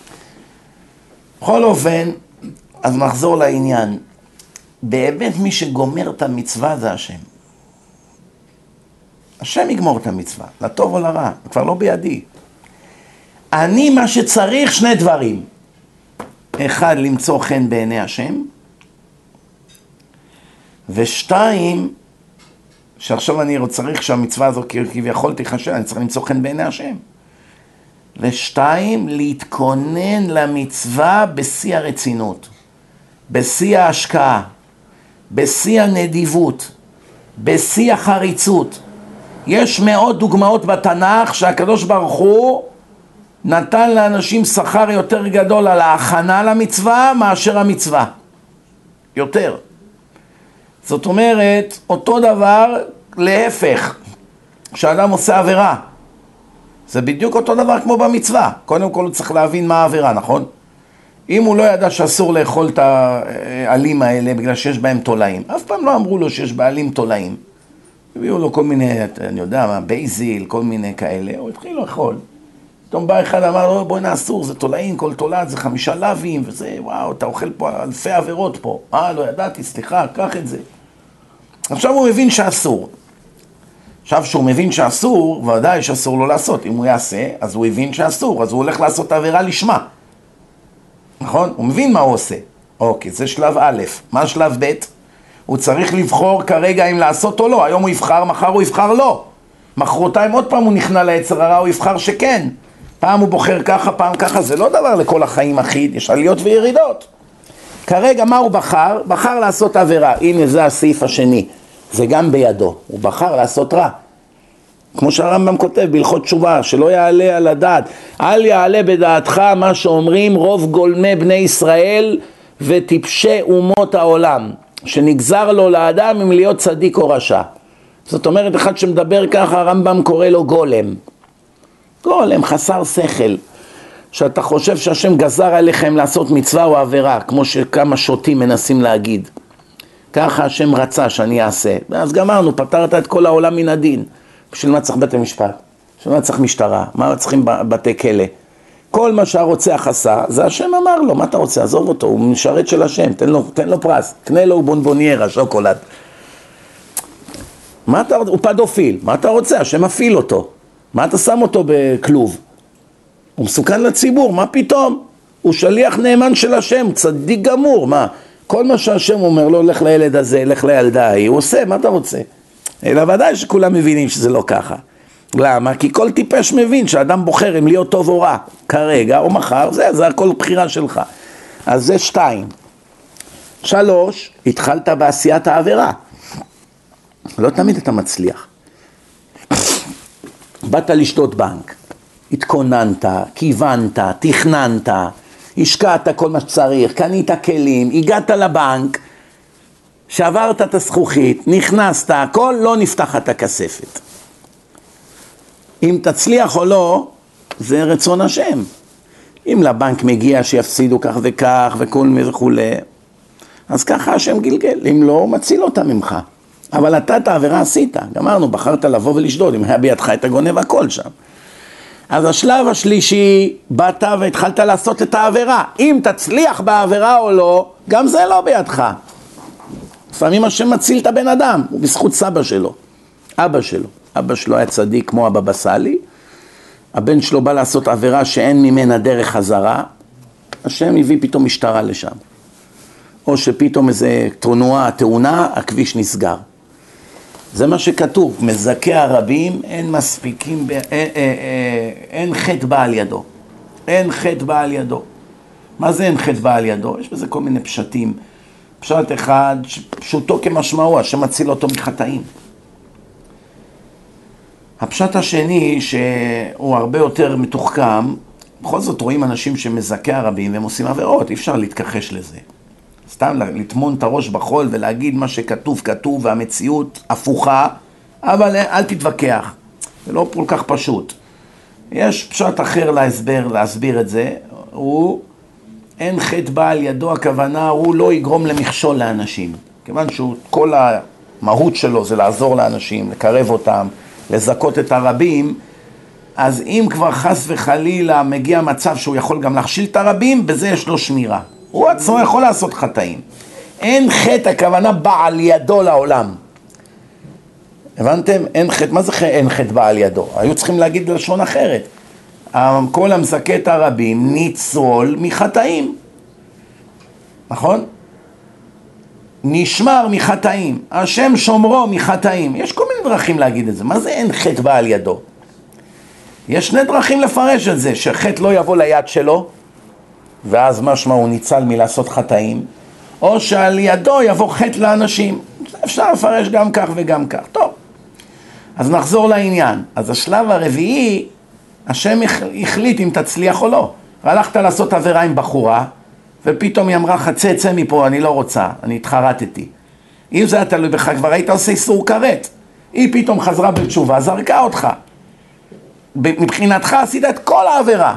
Speaker 1: בכל אופן, אז נחזור לעניין. באמת מי שגומר את המצווה זה השם. השם יגמור את המצווה, לטוב או לרע, זה כבר לא בידי. אני מה שצריך שני דברים. אחד, למצוא חן בעיני השם. ושתיים, שעכשיו אני צריך שהמצווה הזו כביכול תיחשב, אני צריך למצוא חן בעיני השם. ושתיים, להתכונן למצווה בשיא הרצינות, בשיא ההשקעה, בשיא הנדיבות, בשיא החריצות. יש מאות דוגמאות בתנ"ך שהקדוש ברוך הוא נתן לאנשים שכר יותר גדול על ההכנה למצווה מאשר המצווה. יותר. זאת אומרת, אותו דבר להפך, כשאדם עושה עבירה. זה בדיוק אותו דבר כמו במצווה. קודם כל הוא צריך להבין מה העבירה, נכון? אם הוא לא ידע שאסור לאכול את העלים האלה בגלל שיש בהם תולעים, אף פעם לא אמרו לו שיש בעלים תולעים. הביאו לו כל מיני, אני יודע מה, בייזיל, כל מיני כאלה, הוא התחיל לאכול. פתאום בא אחד אמר לו, בואי נאסור, זה תולעים, כל תולעת זה חמישה לווים, וזה, וואו, אתה אוכל פה אלפי עבירות פה. אה, לא ידעתי, סליחה, קח את זה. עכשיו הוא מבין שאסור. עכשיו שהוא מבין שאסור, ודאי שאסור לו לעשות. אם הוא יעשה, אז הוא הבין שאסור, אז הוא הולך לעשות עבירה לשמה. נכון? הוא מבין מה הוא עושה. אוקיי, זה שלב א'. מה שלב ב'? הוא צריך לבחור כרגע אם לעשות או לא. היום הוא יבחר, מחר הוא יבחר לא. מחרתיים עוד פעם הוא נכנע ליצר הרע, הוא יבחר שכן. פעם הוא בוחר ככה, פעם ככה. זה לא דבר לכל החיים אחיד, יש עליות וירידות. כרגע מה הוא בחר? בחר לעשות עבירה. הנה זה הסעיף השני. זה גם בידו. הוא בחר לעשות רע. כמו שהרמב"ם כותב בהלכות תשובה, שלא יעלה על הדעת. אל יעלה בדעתך מה שאומרים רוב גולמי בני ישראל וטיפשי אומות העולם. שנגזר לו לאדם אם להיות צדיק או רשע. זאת אומרת, אחד שמדבר ככה, הרמב"ם קורא לו גולם. גולם, חסר שכל. שאתה חושב שהשם גזר עליכם לעשות מצווה או עבירה, כמו שכמה שוטים מנסים להגיד. ככה השם רצה שאני אעשה. אז גמרנו, פתרת את כל העולם מן הדין. בשביל מה צריך בית המשפט? בשביל מה צריך משטרה? מה צריכים בתי כלא? כל מה שהרוצח עשה, זה השם אמר לו, מה אתה רוצה? עזוב אותו, הוא משרת של השם, תן לו, תן לו פרס, קנה לו בונבוניירה, שוקולד. מה אתה, הוא פדופיל, מה אתה רוצה? השם מפעיל אותו. מה אתה שם אותו בכלוב? הוא מסוכן לציבור, מה פתאום? הוא שליח נאמן של השם, צדיק גמור, מה? כל מה שהשם אומר לו, לך לילד הזה, לך לילדה ההיא, הוא עושה, מה אתה רוצה? אלא ודאי שכולם מבינים שזה לא ככה. למה? כי כל טיפש מבין שאדם בוחר אם להיות טוב או רע, כרגע או מחר, זה, זה הכל בחירה שלך. אז זה שתיים. שלוש, התחלת בעשיית העבירה. לא תמיד אתה מצליח. באת לשתות בנק, התכוננת, כיוונת, תכננת, השקעת כל מה שצריך, קנית כלים, הגעת לבנק, שעברת את הזכוכית, נכנסת, הכל, לא נפתחת הכספת. אם תצליח או לא, זה רצון השם. אם לבנק מגיע שיפסידו כך וכך וכל מי וכו', אז ככה השם גלגל, אם לא, מציל אותה ממך. אבל אתה את העבירה עשית, גמרנו, בחרת לבוא ולשדוד, אם היה בידך את הגונב הכל שם. אז השלב השלישי, באת והתחלת לעשות את העבירה. אם תצליח בעבירה או לא, גם זה לא בידך. לפעמים השם מציל את הבן אדם, הוא בזכות סבא שלו, אבא שלו. אבא שלו היה צדיק כמו אבא בסלי, הבן שלו בא לעשות עבירה שאין ממנה דרך חזרה, השם הביא פתאום משטרה לשם. או שפתאום איזה תאונה, תאונה, הכביש נסגר. זה מה שכתוב, מזכה הרבים, אין מספיקים, אין, אין, אין חטא בא על ידו. אין חטא בא על ידו. מה זה אין חטא בא על ידו? יש בזה כל מיני פשטים. פשט אחד, פשוטו כמשמעו, השם מציל אותו מחטאים. הפשט השני, שהוא הרבה יותר מתוחכם, בכל זאת רואים אנשים שמזכה הרבים והם עושים עבירות, אי אפשר להתכחש לזה. סתם לטמון את הראש בחול ולהגיד מה שכתוב כתוב והמציאות הפוכה, אבל אל תתווכח, זה לא כל כך פשוט. יש פשט אחר להסבר, להסביר את זה, הוא אין חטא בא על ידו, הכוונה הוא לא יגרום למכשול לאנשים, כיוון שכל המהות שלו זה לעזור לאנשים, לקרב אותם, לזכות את הרבים, אז אם כבר חס וחלילה מגיע מצב שהוא יכול גם להכשיל את הרבים, בזה יש לו שמירה. הוא עצמו יכול לעשות חטאים. אין חטא, הכוונה בא על ידו לעולם. הבנתם? אין חטא, מה זה אין חטא בא על ידו? היו צריכים להגיד לשון אחרת. כל המזכה את הרבים ניצול מחטאים. נכון? נשמר מחטאים. השם שומרו מחטאים. יש כל מיני דרכים להגיד את זה. מה זה אין חטא בא על ידו? יש שני דרכים לפרש את זה, שחטא לא יבוא ליד שלו, ואז משמע הוא ניצל מלעשות חטאים, או שעל ידו יבוא חטא לאנשים. אפשר לפרש גם כך וגם כך. טוב, אז נחזור לעניין. אז השלב הרביעי, השם החליט אם תצליח או לא. הלכת לעשות עבירה עם בחורה, ופתאום היא אמרה, חצה, צא מפה, אני לא רוצה, אני התחרטתי. אם זה היה תלוי בך, כבר היית עושה איסור כרת. היא פתאום חזרה בתשובה, זרקה אותך. מבחינתך עשית את כל העבירה.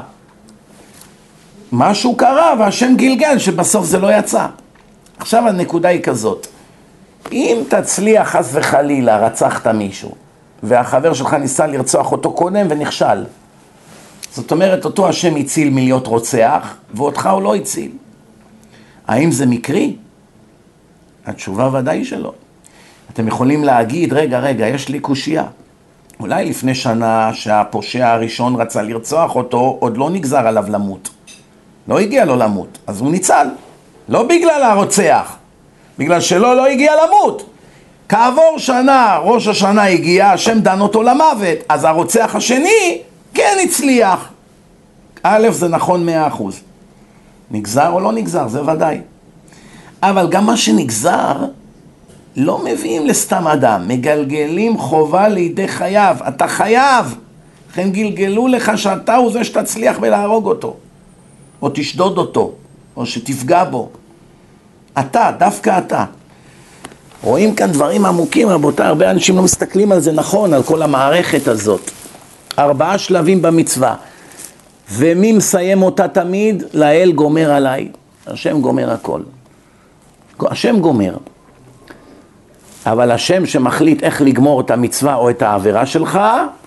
Speaker 1: משהו קרה והשם גלגל שבסוף זה לא יצא. עכשיו הנקודה היא כזאת. אם תצליח חס וחלילה, רצחת מישהו, והחבר שלך ניסה לרצוח אותו קודם ונכשל. זאת אומרת, אותו השם הציל מלהיות רוצח, ואותך הוא לא הציל. האם זה מקרי? התשובה ודאי שלא. אתם יכולים להגיד, רגע, רגע, יש לי קושייה. אולי לפני שנה שהפושע הראשון רצה לרצוח אותו, עוד לא נגזר עליו למות. לא הגיע לו למות, אז הוא ניצל. לא בגלל הרוצח, בגלל שלא לא הגיע למות. כעבור שנה, ראש השנה הגיע, השם דן אותו למוות, אז הרוצח השני כן הצליח. א', זה נכון מאה אחוז. נגזר או לא נגזר, זה ודאי. אבל גם מה שנגזר, לא מביאים לסתם אדם, מגלגלים חובה לידי חייו. אתה חייב, לכן גלגלו לך שאתה הוא זה שתצליח בלהרוג אותו, או תשדוד אותו, או שתפגע בו. אתה, דווקא אתה. רואים כאן דברים עמוקים, רבותיי, הרבה אנשים לא מסתכלים על זה נכון, על כל המערכת הזאת. ארבעה שלבים במצווה. ומי מסיים אותה תמיד? לאל גומר עליי. השם גומר הכל. השם גומר. אבל השם שמחליט איך לגמור את המצווה או את העבירה שלך,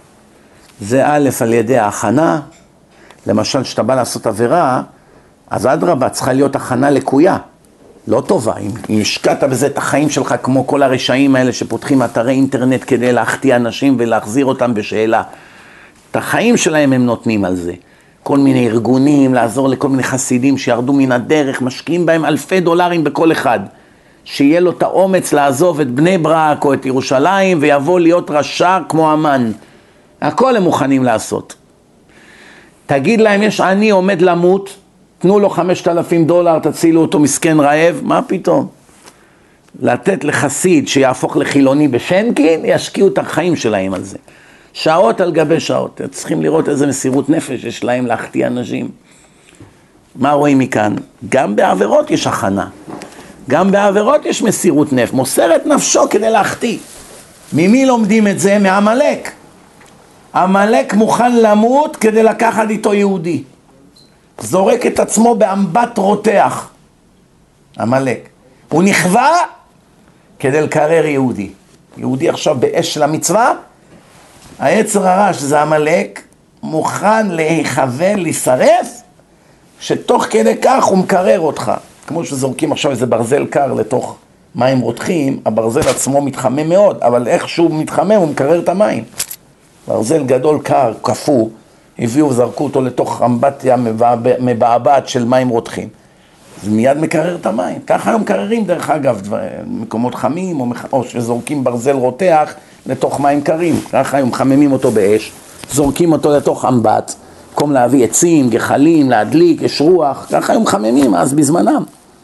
Speaker 1: זה א' על ידי ההכנה. למשל, שאתה בא לעשות עבירה, אז אדרבה, צריכה להיות הכנה לקויה. לא טובה. אם השקעת בזה את החיים שלך, כמו כל הרשעים האלה שפותחים אתרי אינטרנט כדי להחטיא אנשים ולהחזיר אותם בשאלה. את החיים שלהם הם נותנים על זה. כל מיני ארגונים, לעזור לכל מיני חסידים שירדו מן הדרך, משקיעים בהם אלפי דולרים בכל אחד. שיהיה לו את האומץ לעזוב את בני ברק או את ירושלים ויבוא להיות רשע כמו אמן. הכל הם מוכנים לעשות. תגיד להם, יש אני עומד למות, תנו לו חמשת אלפים דולר, תצילו אותו מסכן רעב, מה פתאום? לתת לחסיד שיהפוך לחילוני בשנקין, ישקיעו את החיים שלהם על זה. שעות על גבי שעות, צריכים לראות איזה מסירות נפש יש להם להחטיא אנשים. מה רואים מכאן? גם בעבירות יש הכנה. גם בעבירות יש מסירות נפש, מוסר את נפשו כדי להחטיא. ממי לומדים את זה? מעמלק. עמלק מוכן למות כדי לקחת איתו יהודי. זורק את עצמו באמבט רותח. עמלק. הוא נכווה כדי לקרר יהודי. יהודי עכשיו באש של המצווה, היצר הרע שזה המלאק, מוכן להיכוון, להישרף, שתוך כדי כך הוא מקרר אותך. כמו שזורקים עכשיו איזה ברזל קר לתוך מים רותחים, הברזל עצמו מתחמם מאוד, אבל איך שהוא מתחמם הוא מקרר את המים. ברזל גדול קר, קפוא, הביאו וזרקו אותו לתוך אמבטיה מבעבעת של מים רותחים. זה מיד מקרר את המים. ככה היום מקררים דרך אגב, מקומות חמים, או, או שזורקים ברזל רותח לתוך מים קרים. ככה היום מחממים אותו באש, זורקים אותו לתוך אמבט, במקום להביא עצים, גחלים, להדליק, יש רוח, ככה היום מחממים, אז בזמנם.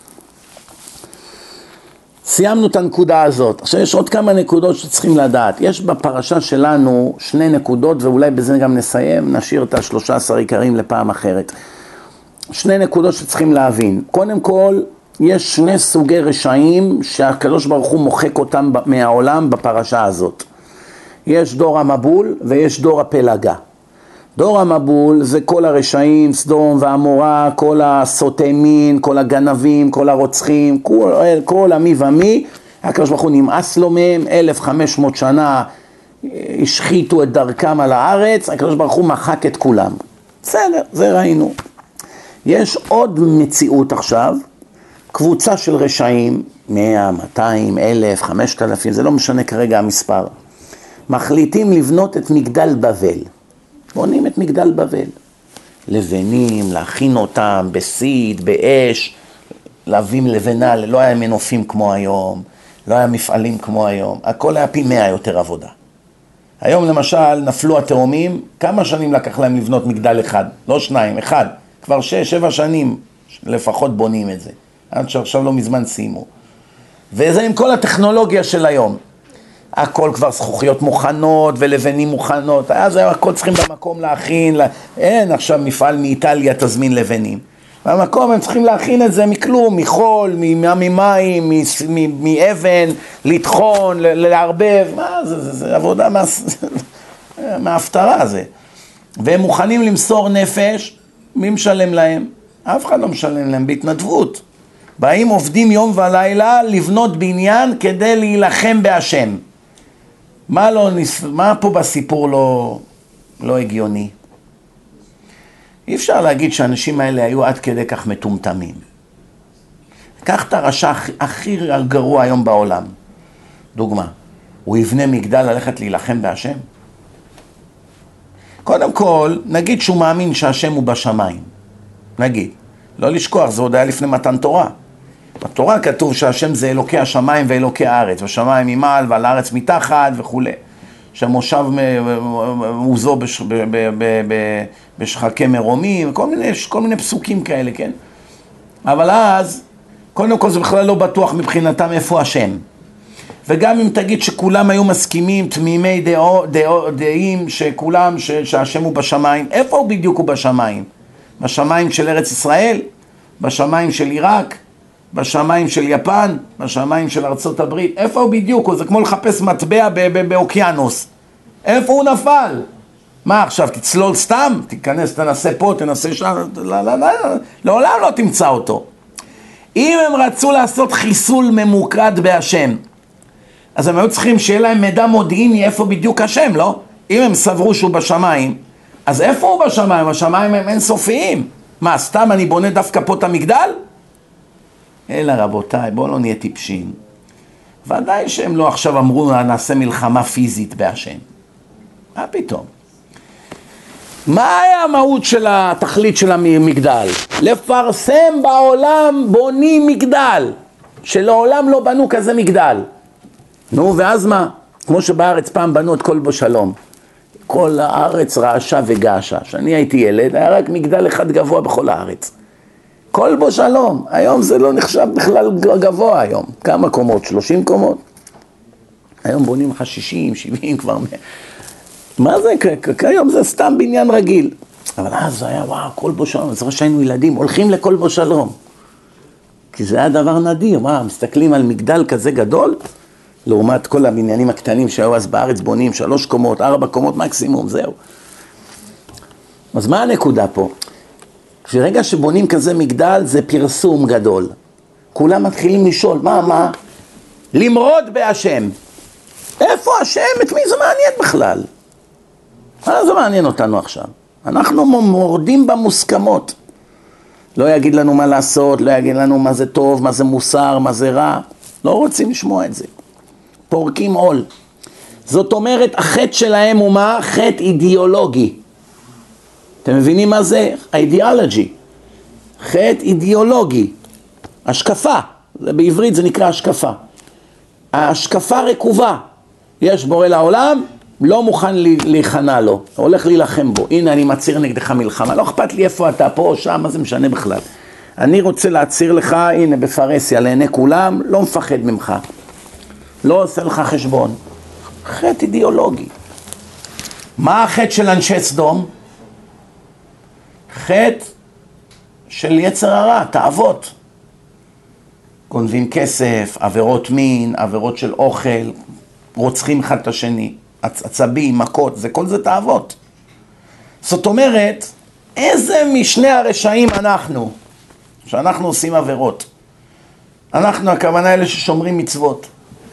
Speaker 1: סיימנו את הנקודה הזאת. עכשיו יש עוד כמה נקודות שצריכים לדעת. יש בפרשה שלנו שני נקודות, ואולי בזה גם נסיים, נשאיר את השלושה עשר עיקרים לפעם אחרת. שני נקודות שצריכים להבין. קודם כל, יש שני סוגי רשעים שהקדוש ברוך הוא מוחק אותם מהעולם בפרשה הזאת. יש דור המבול ויש דור הפלגה. דור המבול זה כל הרשעים, סדום ועמורה, כל הסוטי מין, כל הגנבים, כל הרוצחים, כל, כל המי ומי. הקדוש ברוך הוא נמאס לו מהם, אלף וחמש מאות שנה השחיתו את דרכם על הארץ, הקדוש ברוך הוא מחק את כולם. בסדר, זה ראינו. יש עוד מציאות עכשיו, קבוצה של רשעים, מאה, מאתיים, אלף, חמשת אלפים, זה לא משנה כרגע המספר, מחליטים לבנות את מגדל בבל. בונים את מגדל בבל. לבנים, להכין אותם בסיד, באש, להבים לבנה, לא היה מנופים כמו היום, לא היה מפעלים כמו היום, הכל היה פי מאה יותר עבודה. היום למשל נפלו התאומים, כמה שנים לקח להם לבנות מגדל אחד? לא שניים, אחד. כבר שש, שבע שנים לפחות בונים את זה. עד שעכשיו לא מזמן סיימו. וזה עם כל הטכנולוגיה של היום. הכל כבר זכוכיות מוכנות ולבנים מוכנות. אז הכל צריכים במקום להכין. אין עכשיו מפעל מאיטליה תזמין לבנים. במקום הם צריכים להכין את זה מכלום, מחול, ממים, מאבן, לטחון, לערבב. מה זה? זה, זה עבודה מה, מההפטרה זה. והם מוכנים למסור נפש. מי משלם להם? אף אחד לא משלם להם, בהתנדבות. באים עובדים יום ולילה לבנות בניין כדי להילחם בהשם. מה, לא, מה פה בסיפור לא, לא הגיוני? אי אפשר להגיד שהאנשים האלה היו עד כדי כך מטומטמים. קח את הרשע הכי, הכי גרוע היום בעולם. דוגמה, הוא יבנה מגדל ללכת להילחם בהשם? קודם כל, נגיד שהוא מאמין שהשם הוא בשמיים. נגיד, לא לשכוח, זה עוד היה לפני מתן תורה. בתורה כתוב שהשם זה אלוקי השמיים ואלוקי הארץ, השמיים ממעל ועל הארץ מתחת וכו'. שהמושב מוזו בש, ב, ב, ב, ב, בשחקי מרומים, כל מיני, כל מיני פסוקים כאלה, כן? אבל אז, קודם כל זה בכלל לא בטוח מבחינתם איפה השם. וגם אם תגיד שכולם היו מסכימים, תמימי דעו, דעו, דעים שכולם, ש, שהשם הוא בשמיים, איפה הוא בדיוק הוא בשמיים? בשמיים של ארץ ישראל? בשמיים של עיראק? בשמיים של יפן? בשמיים של ארצות הברית? איפה הוא בדיוק? זה כמו לחפש מטבע באוקיינוס. איפה הוא נפל? מה עכשיו, תצלול סתם? תיכנס, תנסה פה, תנסה שם? לא, לא, לא, לעולם לא תמצא אותו. אם הם רצו לעשות חיסול ממוקד בהשם, אז הם היו צריכים שיהיה להם מידע מודיעיני איפה בדיוק השם, לא? אם הם סברו שהוא בשמיים, אז איפה הוא בשמיים? השמיים הם אינסופיים. מה, סתם אני בונה דווקא פה את המגדל? אלא רבותיי, בואו לא נהיה טיפשים. ודאי שהם לא עכשיו אמרו, נעשה מלחמה פיזית בהשם. מה פתאום? מה היה המהות של התכלית של המגדל? לפרסם בעולם בונים מגדל, שלעולם לא בנו כזה מגדל. נו, ואז מה? כמו שבארץ פעם בנו את כל בו שלום. כל הארץ רעשה וגעשה. כשאני הייתי ילד, היה רק מגדל אחד גבוה בכל הארץ. כל בו שלום. היום זה לא נחשב בכלל גבוה היום. כמה קומות? שלושים קומות? היום בונים לך שישים, שבעים כבר. מה זה? כיום זה סתם בניין רגיל. אבל אז זה היה, וואו, כל בו שלום. אז ראשיינו ילדים, הולכים לכל בו שלום. כי זה היה דבר נדיר. מה, מסתכלים על מגדל כזה גדול? לעומת כל הבניינים הקטנים שהיו אז בארץ בונים, שלוש קומות, ארבע קומות מקסימום, זהו. אז מה הנקודה פה? כשרגע שבונים כזה מגדל זה פרסום גדול. כולם מתחילים לשאול, מה, מה? למרוד בהשם. איפה השם? את מי זה מעניין בכלל? מה זה מעניין אותנו עכשיו? אנחנו מורדים במוסכמות. לא יגיד לנו מה לעשות, לא יגיד לנו מה זה טוב, מה זה מוסר, מה זה רע. לא רוצים לשמוע את זה. פורקים עול. זאת אומרת, החטא שלהם הוא מה? חטא אידיאולוגי. אתם מבינים מה זה? האידיאולוגי. חטא אידיאולוגי. השקפה. בעברית זה נקרא השקפה. ההשקפה רקובה. יש בורא לעולם, לא מוכן להיכנע לו. הולך להילחם בו. הנה אני מצהיר נגדך מלחמה. לא אכפת לי איפה אתה, פה או שם, מה זה משנה בכלל. אני רוצה להצהיר לך, הנה בפרסיה, לעיני כולם, לא מפחד ממך. לא עושה לך חשבון. חטא אידיאולוגי. מה החטא של אנשי סדום? חטא של יצר הרע, תאוות. גונבים כסף, עבירות מין, עבירות של אוכל, רוצחים אחד את השני, עצבים, מכות, זה כל זה תאוות. זאת אומרת, איזה משני הרשעים אנחנו, שאנחנו עושים עבירות. אנחנו, הכוונה אלה ששומרים מצוות.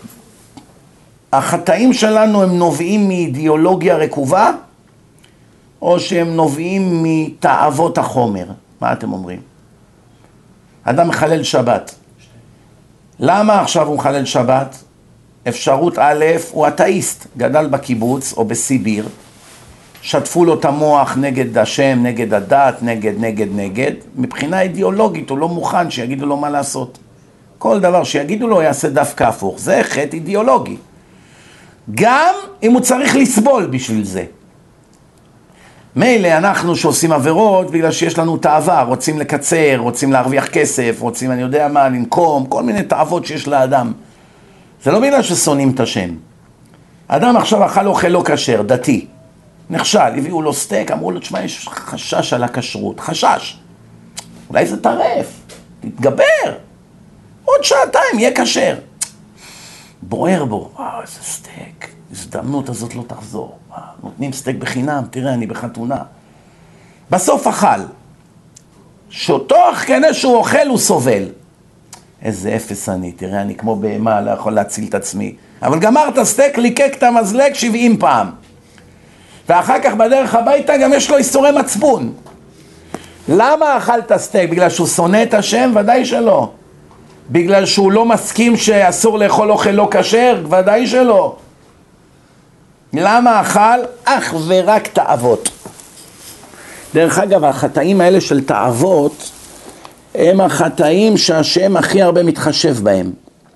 Speaker 1: החטאים שלנו הם נובעים מאידיאולוגיה רקובה, או שהם נובעים מתאוות החומר. מה אתם אומרים? אדם מחלל שבת. למה עכשיו הוא מחלל שבת? אפשרות א', הוא אתאיסט, גדל בקיבוץ או בסיביר, שטפו לו את המוח נגד השם, נגד הדת, נגד, נגד, נגד. מבחינה אידיאולוגית הוא לא מוכן שיגידו לו מה לעשות. כל דבר שיגידו לו יעשה דווקא הפוך. זה חטא אידיאולוגי. גם אם הוא צריך לסבול בשביל זה. מילא אנחנו שעושים עבירות בגלל שיש לנו תאווה, רוצים לקצר, רוצים להרוויח כסף, רוצים, אני יודע מה, לנקום, כל מיני תאוות שיש לאדם. זה לא בגלל ששונאים את השם. אדם עכשיו אכל אוכל לא כשר, דתי. נכשל, הביאו לו סטייק, אמרו לו, תשמע, יש חשש על הכשרות. חשש. אולי זה טרף, תתגבר. עוד שעתיים יהיה כשר. בוער בו, וואו, איזה סטייק. הזדמנות הזאת לא תחזור. נותנים סטייק בחינם, תראה, אני בחתונה. בסוף אכל. שותוך כדי שהוא אוכל, הוא סובל. איזה אפס אני, תראה, אני כמו בהמה, לא יכול להציל את עצמי. אבל גמרת סטייק, ליקק את המזלג שבעים פעם. ואחר כך בדרך הביתה גם יש לו איסורי מצפון. למה אכלת סטייק? בגלל שהוא שונא את השם? ודאי שלא. בגלל שהוא לא מסכים שאסור לאכול אוכל לא כשר? ודאי שלא. למה אכל? אך ורק תאוות. דרך אגב, החטאים האלה של תאוות, הם החטאים שהשם הכי הרבה מתחשב בהם.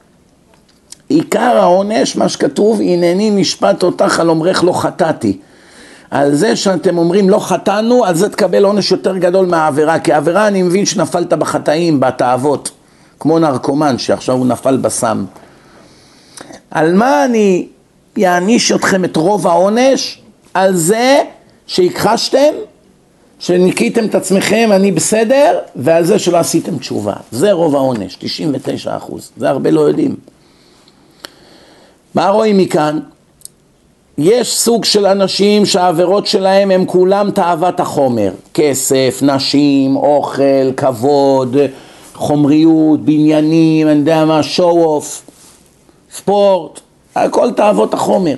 Speaker 1: עיקר העונש, מה שכתוב, הנני משפט אותך על אומרך לא חטאתי. על זה שאתם אומרים לא חטאנו, על זה תקבל עונש יותר גדול מהעבירה. כי העבירה אני מבין שנפלת בחטאים, בתאוות. כמו נרקומן שעכשיו הוא נפל בסם. על מה אני יעניש אתכם את רוב העונש? על זה שהכחשתם, שניקיתם את עצמכם, אני בסדר, ועל זה שלא עשיתם תשובה. זה רוב העונש, תשעים ותשעה אחוז. זה הרבה לא יודעים. מה רואים מכאן? יש סוג של אנשים שהעבירות שלהם הם כולם תאוות החומר. כסף, נשים, אוכל, כבוד, חומריות, בניינים, אני יודע מה, show off, ספורט, הכל תאוות החומר.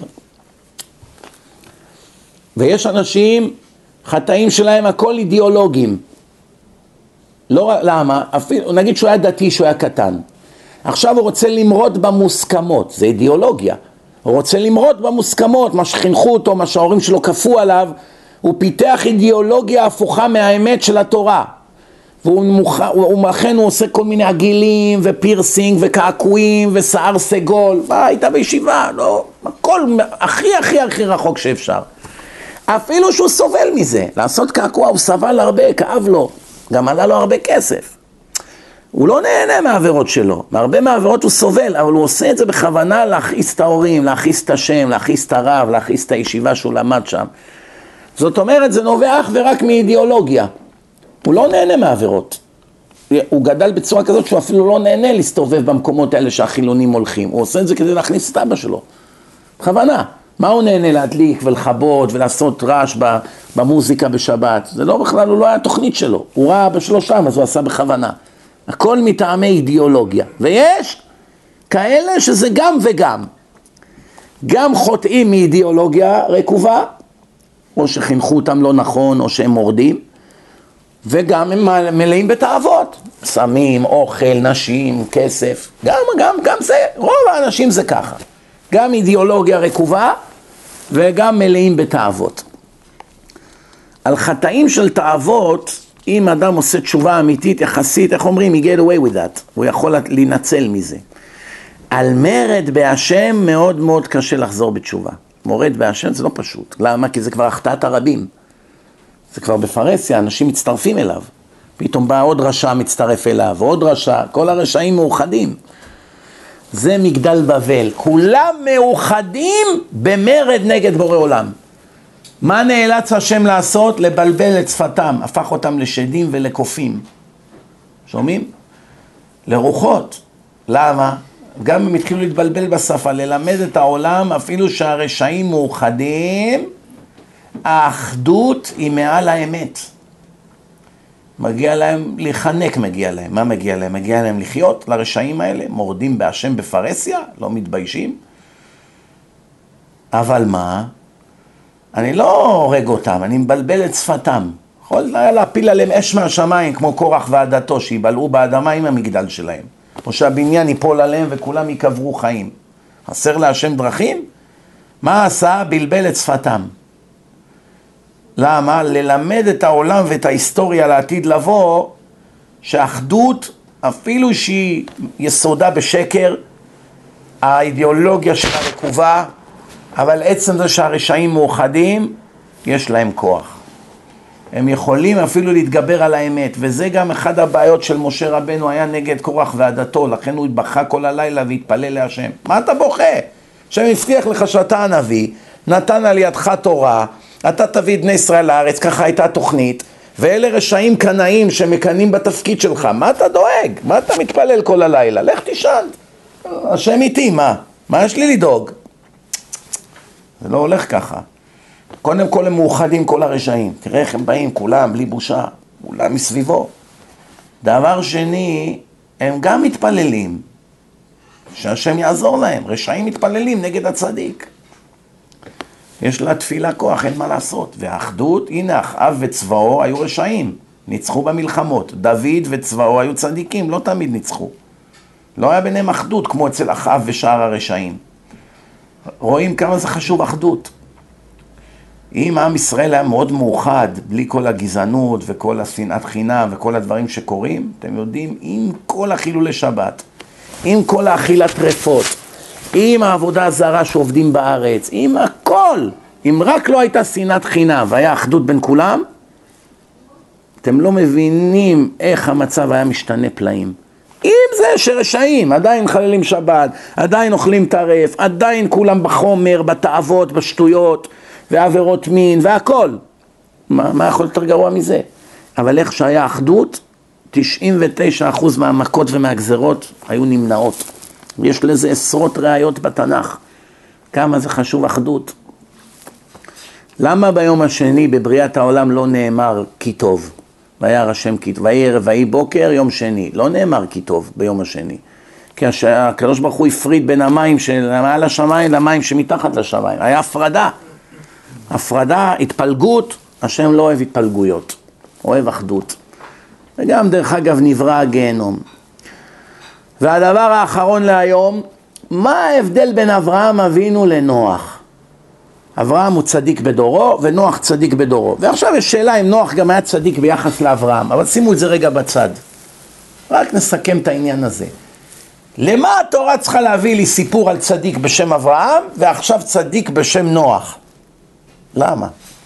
Speaker 1: ויש אנשים, חטאים שלהם הכל אידיאולוגיים. לא, למה? אפילו, נגיד שהוא היה דתי, שהוא היה קטן. עכשיו הוא רוצה למרוד במוסכמות, זה אידיאולוגיה. הוא רוצה למרוד במוסכמות, מה שחינכו אותו, מה שההורים שלו כפו עליו, הוא פיתח אידיאולוגיה הפוכה מהאמת של התורה. והוא מוכ... הוא, אכן הוא עושה כל מיני עגילים ופירסינג וקעקועים ושיער סגול. מה, היית בישיבה? לא, הכל הכי הכי הכי רחוק שאפשר. אפילו שהוא סובל מזה, לעשות קעקוע, הוא סבל הרבה, כאב לו, גם עלה לו הרבה כסף. הוא לא נהנה מהעבירות שלו, מהרבה מהעבירות הוא סובל, אבל הוא עושה את זה בכוונה להכעיס את ההורים, להכעיס את השם, להכעיס את הרב, להכעיס את הישיבה שהוא למד שם. זאת אומרת, זה נובע אך ורק מאידיאולוגיה. הוא לא נהנה מהעבירות. הוא גדל בצורה כזאת שהוא אפילו לא נהנה להסתובב במקומות האלה שהחילונים הולכים. הוא עושה את זה כדי להכניס את אבא שלו. בכוונה. מה הוא נהנה להדליק ולחבות ולעשות רעש במוזיקה בשבת? זה לא בכלל, הוא לא היה תוכנית שלו. הוא ראה אבא שלו שם, אז הוא עשה בכוונה. הכל מטעמי אידיאולוגיה. ויש כאלה שזה גם וגם. גם חוטאים מאידיאולוגיה רקובה, או שחינכו אותם לא נכון, או שהם מורדים, וגם הם מלאים בתאוות. סמים, אוכל, נשים, כסף. גם, גם, גם זה, רוב האנשים זה ככה. גם אידיאולוגיה רקובה, וגם מלאים בתאוות. על חטאים של תאוות, אם אדם עושה תשובה אמיתית, יחסית, איך אומרים, he get away with that. הוא יכול להינצל מזה. על מרד בהשם מאוד מאוד קשה לחזור בתשובה. מורד בהשם זה לא פשוט. למה? כי זה כבר החטאת הרבים. זה כבר בפרסיה, אנשים מצטרפים אליו. פתאום בא עוד רשע מצטרף אליו, ועוד רשע, כל הרשעים מאוחדים. זה מגדל בבל. כולם מאוחדים במרד נגד בורא עולם. מה נאלץ השם לעשות? לבלבל את שפתם. הפך אותם לשדים ולקופים. שומעים? לרוחות. למה? גם הם התחילו להתבלבל בשפה, ללמד את העולם, אפילו שהרשעים מאוחדים, האחדות היא מעל האמת. מגיע להם, לחנק מגיע להם. מה מגיע להם? מגיע להם לחיות לרשעים האלה, מורדים בהשם בפרסיה, לא מתביישים. אבל מה? אני לא הורג אותם, אני מבלבל את שפתם. יכול להפיל עליהם אש מהשמיים, כמו קורח ועדתו, שיבלעו באדמה עם המגדל שלהם. או שהבניין ייפול עליהם וכולם יקברו חיים. חסר להשם דרכים? מה עשה? בלבל את שפתם. למה? ללמד את העולם ואת ההיסטוריה לעתיד לבוא, שאחדות, אפילו שהיא יסודה בשקר, האידיאולוגיה שלה רקובה, אבל עצם זה שהרשעים מאוחדים, יש להם כוח. הם יכולים אפילו להתגבר על האמת, וזה גם אחד הבעיות של משה רבנו, היה נגד קורח ועדתו, לכן הוא התבכה כל הלילה והתפלל להשם. מה אתה בוכה? השם הבטיח לך שאתה הנביא, נתן על ידך תורה, אתה תביא את בני ישראל לארץ, ככה הייתה תוכנית, ואלה רשעים קנאים שמקנים בתפקיד שלך, מה אתה דואג? מה אתה מתפלל כל הלילה? לך תישן. השם איתי, מה? מה יש לי לדאוג? זה לא הולך ככה. קודם כל הם מאוחדים כל הרשעים, תראה איך הם באים כולם בלי בושה, כולם מסביבו. דבר שני, הם גם מתפללים, שהשם יעזור להם, רשעים מתפללים נגד הצדיק. יש לה תפילה כוח, אין מה לעשות. והאחדות, הנה אחאב וצבאו היו רשעים, ניצחו במלחמות. דוד וצבאו היו צדיקים, לא תמיד ניצחו. לא היה ביניהם אחדות כמו אצל אחאב ושאר הרשעים. רואים כמה זה חשוב אחדות. אם עם ישראל היה מאוד מאוחד, בלי כל הגזענות וכל השנאת חינם וכל הדברים שקורים, אתם יודעים, עם כל החילולי שבת, עם כל האכילת טרפות, עם העבודה הזרה שעובדים בארץ, עם הכל, אם רק לא הייתה שנאת חינם והיה אחדות בין כולם, אתם לא מבינים איך המצב היה משתנה פלאים. אם זה שרשעים, עדיין חללים שבת, עדיין אוכלים טרף, עדיין כולם בחומר, בתאוות, בשטויות, ועבירות מין, והכל. מה, מה יכול יותר גרוע מזה? אבל איך שהיה אחדות, תשעים ותשעה אחוז מהמכות ומהגזרות היו נמנעות. יש לזה עשרות ראיות בתנ"ך. כמה זה חשוב אחדות. למה ביום השני בבריאת העולם לא נאמר כי טוב? וירא השם כי טוב. ויהי רביעי בוקר יום שני. לא נאמר כי טוב ביום השני. כי הקדוש ברוך הוא הפריד בין המים שמעל השמיים למים שמתחת לשמיים. היה הפרדה. הפרדה, התפלגות, השם לא אוהב התפלגויות. אוהב אחדות. וגם דרך אגב נברא הגיהנום. והדבר האחרון להיום, מה ההבדל בין אברהם אבינו לנוח? אברהם הוא צדיק בדורו ונוח צדיק בדורו. ועכשיו יש שאלה אם נוח גם היה צדיק ביחס לאברהם, אבל שימו את זה רגע בצד. רק נסכם את העניין הזה. למה התורה צריכה להביא לי סיפור על צדיק בשם אברהם ועכשיו צדיק בשם נוח? למה?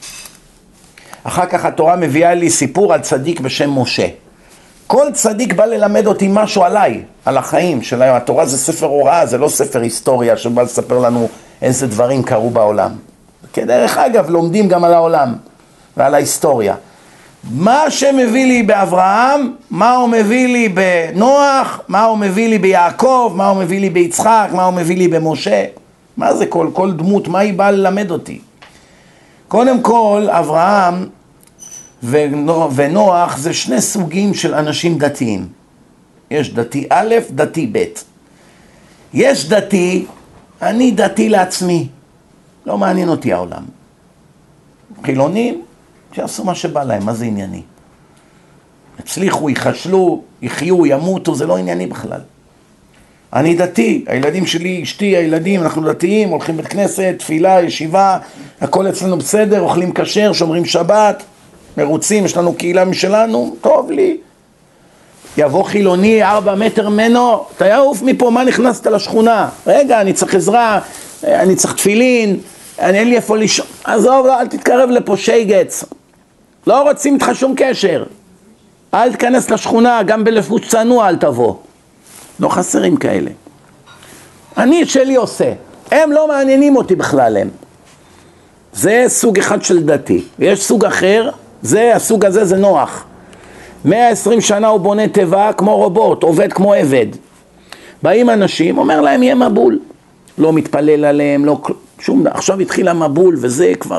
Speaker 1: אחר כך התורה מביאה לי סיפור על צדיק בשם משה. כל צדיק בא ללמד אותי משהו עליי, על החיים של התורה. זה ספר הוראה, זה לא ספר היסטוריה שבא לספר לנו איזה דברים קרו בעולם. כדרך אגב, לומדים גם על העולם ועל ההיסטוריה. מה שמביא לי באברהם, מה הוא מביא לי בנוח, מה הוא מביא לי ביעקב, מה הוא מביא לי ביצחק, מה הוא מביא לי במשה. מה זה כל, כל דמות, מה היא באה ללמד אותי? קודם כל, אברהם ונוח זה שני סוגים של אנשים דתיים. יש דתי א', דתי ב'. יש דתי, אני דתי לעצמי. לא מעניין אותי העולם. חילונים, שיעשו מה שבא להם, מה זה ענייני? הצליחו, יחשלו, יחיו, ימותו, זה לא ענייני בכלל. אני דתי, הילדים שלי, אשתי, הילדים, אנחנו דתיים, הולכים בית כנסת, תפילה, ישיבה, הכל אצלנו בסדר, אוכלים כשר, שומרים שבת, מרוצים, יש לנו קהילה משלנו, טוב לי. יבוא חילוני, ארבע מטר ממנו, אתה יעוף מפה, מה נכנסת לשכונה? רגע, אני צריך עזרה, אני צריך תפילין, אני אין לי איפה לישון. עזוב, לא, אל תתקרב לפה שייגץ. לא רוצים איתך שום קשר. אל תכנס לשכונה, גם בלבוש צנוע אל תבוא. לא חסרים כאלה. אני את שלי עושה. הם לא מעניינים אותי בכלל הם. זה סוג אחד של דתי. ויש סוג אחר, זה, הסוג הזה זה נוח. מאה ועשרים שנה הוא בונה טבע כמו רובוט, עובד כמו עבד. באים אנשים, אומר להם יהיה מבול. לא מתפלל עליהם, לא שום, עכשיו התחיל המבול וזה כבר...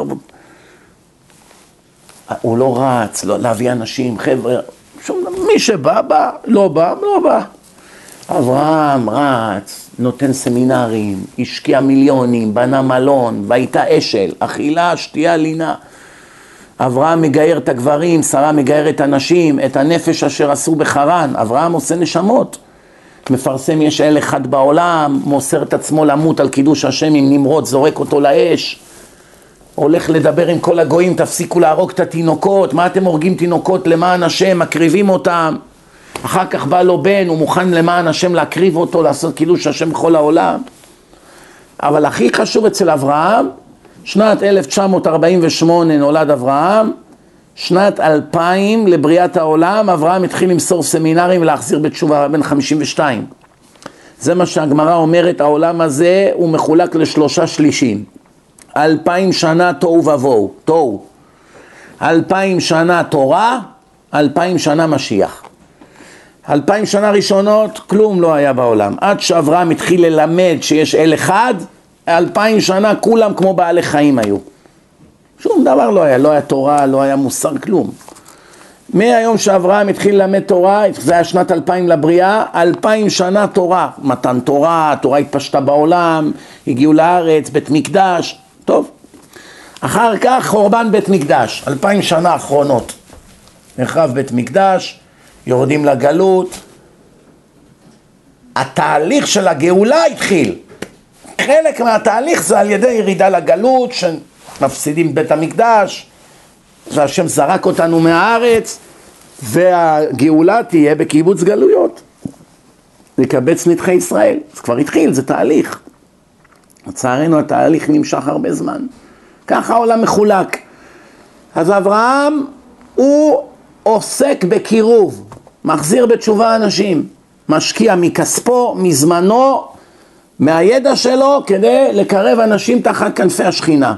Speaker 1: הוא לא רץ, לא להביא אנשים, חבר'ה, שום, מי שבא, בא, לא בא, לא בא. אברהם רץ, נותן סמינרים, השקיע מיליונים, בנה מלון, ביתה אשל, אכילה, שתייה, לינה. אברהם מגייר את הגברים, שרה מגייר את הנשים, את הנפש אשר עשו בחרן. אברהם עושה נשמות. מפרסם יש אל אחד בעולם, מוסר את עצמו למות על קידוש השם עם נמרוד, זורק אותו לאש. הולך לדבר עם כל הגויים, תפסיקו להרוג את התינוקות, מה אתם הורגים תינוקות למען השם, מקריבים אותם. אחר כך בא לו בן, הוא מוכן למען השם להקריב אותו, לעשות קידוש השם בכל העולם. אבל הכי חשוב אצל אברהם, שנת אלף תשע מאות ארבעים ושמונה נולד אברהם, שנת אלפיים לבריאת העולם, אברהם התחיל למסור סמינרים ולהחזיר בתשובה בן חמישים ושתיים. זה מה שהגמרא אומרת, העולם הזה הוא מחולק לשלושה שלישים. אלפיים שנה תוהו ובוהו, תוהו. אלפיים שנה תורה, אלפיים שנה משיח. אלפיים שנה ראשונות, כלום לא היה בעולם. עד שאברהם התחיל ללמד שיש אל אחד, אלפיים שנה כולם כמו בעלי חיים היו. שום דבר לא היה, לא היה תורה, לא היה מוסר, כלום. מהיום שאברהם התחיל ללמד תורה, זה היה שנת אלפיים לבריאה, אלפיים שנה תורה. מתן תורה, התורה התפשטה בעולם, הגיעו לארץ, בית מקדש, טוב. אחר כך חורבן בית מקדש, אלפיים שנה אחרונות. נחרב בית מקדש, יורדים לגלות. התהליך של הגאולה התחיל. חלק מהתהליך זה על ידי ירידה לגלות, שמפסידים בית המקדש, והשם זרק אותנו מהארץ, והגאולה תהיה בקיבוץ גלויות. לקבץ נדחי ישראל. זה כבר התחיל, זה תהליך. לצערנו התהליך נמשך הרבה זמן. ככה העולם מחולק. אז אברהם הוא עוסק בקירוב, מחזיר בתשובה אנשים, משקיע מכספו, מזמנו, מהידע שלו, כדי לקרב אנשים תחת כנפי השכינה.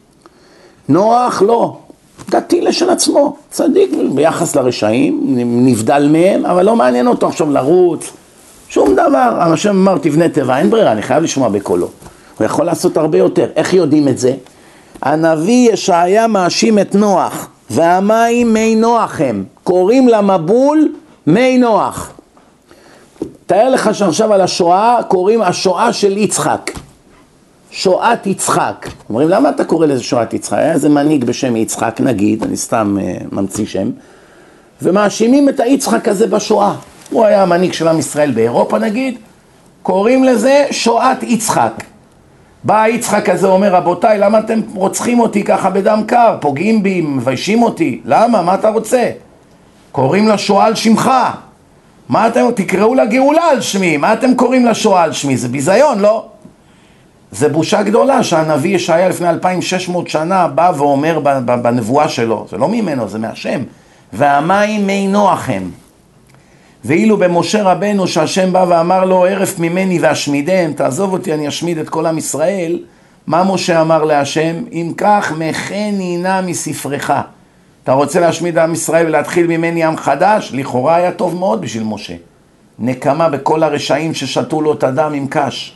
Speaker 1: נוח לא, דתי לשל עצמו, צדיק ביחס לרשעים, נבדל מהם, אבל לא מעניין אותו עכשיו לרוץ, שום דבר. השם אמר תבנה טבע, אין ברירה, אני חייב לשמוע בקולו. הוא יכול לעשות הרבה יותר. איך יודעים את זה? הנביא ישעיה מאשים את נוח, והמים מי נוח הם, קוראים למבול מי נוח. תאר לך שעכשיו על השואה קוראים השואה של יצחק, שואת יצחק. אומרים למה אתה קורא לזה שואת יצחק? היה איזה מנהיג בשם יצחק נגיד, אני סתם uh, ממציא שם, ומאשימים את היצחק הזה בשואה. הוא היה המנהיג של עם ישראל באירופה נגיד, קוראים לזה שואת יצחק. בא יצחק הזה אומר, רבותיי, למה אתם רוצחים אותי ככה בדם קר, פוגעים בי, מביישים אותי? למה? מה אתה רוצה? קוראים לשואה על שמך. מה אתם, תקראו לגאולה על שמי, מה אתם קוראים לשואה על שמי? זה ביזיון, לא? זה בושה גדולה שהנביא ישעיה לפני אלפיים ושש מאות שנה בא ואומר בנבואה שלו, זה לא ממנו, זה מהשם, והמים מי נוח הם. ואילו במשה רבנו שהשם בא ואמר לו, ערף ממני ואשמידם, תעזוב אותי, אני אשמיד את כל עם ישראל, מה משה אמר להשם? אם כך מכני נא מספרך. אתה רוצה להשמיד עם ישראל ולהתחיל ממני עם חדש? לכאורה היה טוב מאוד בשביל משה. נקמה בכל הרשעים ששתו לו את הדם עם קש.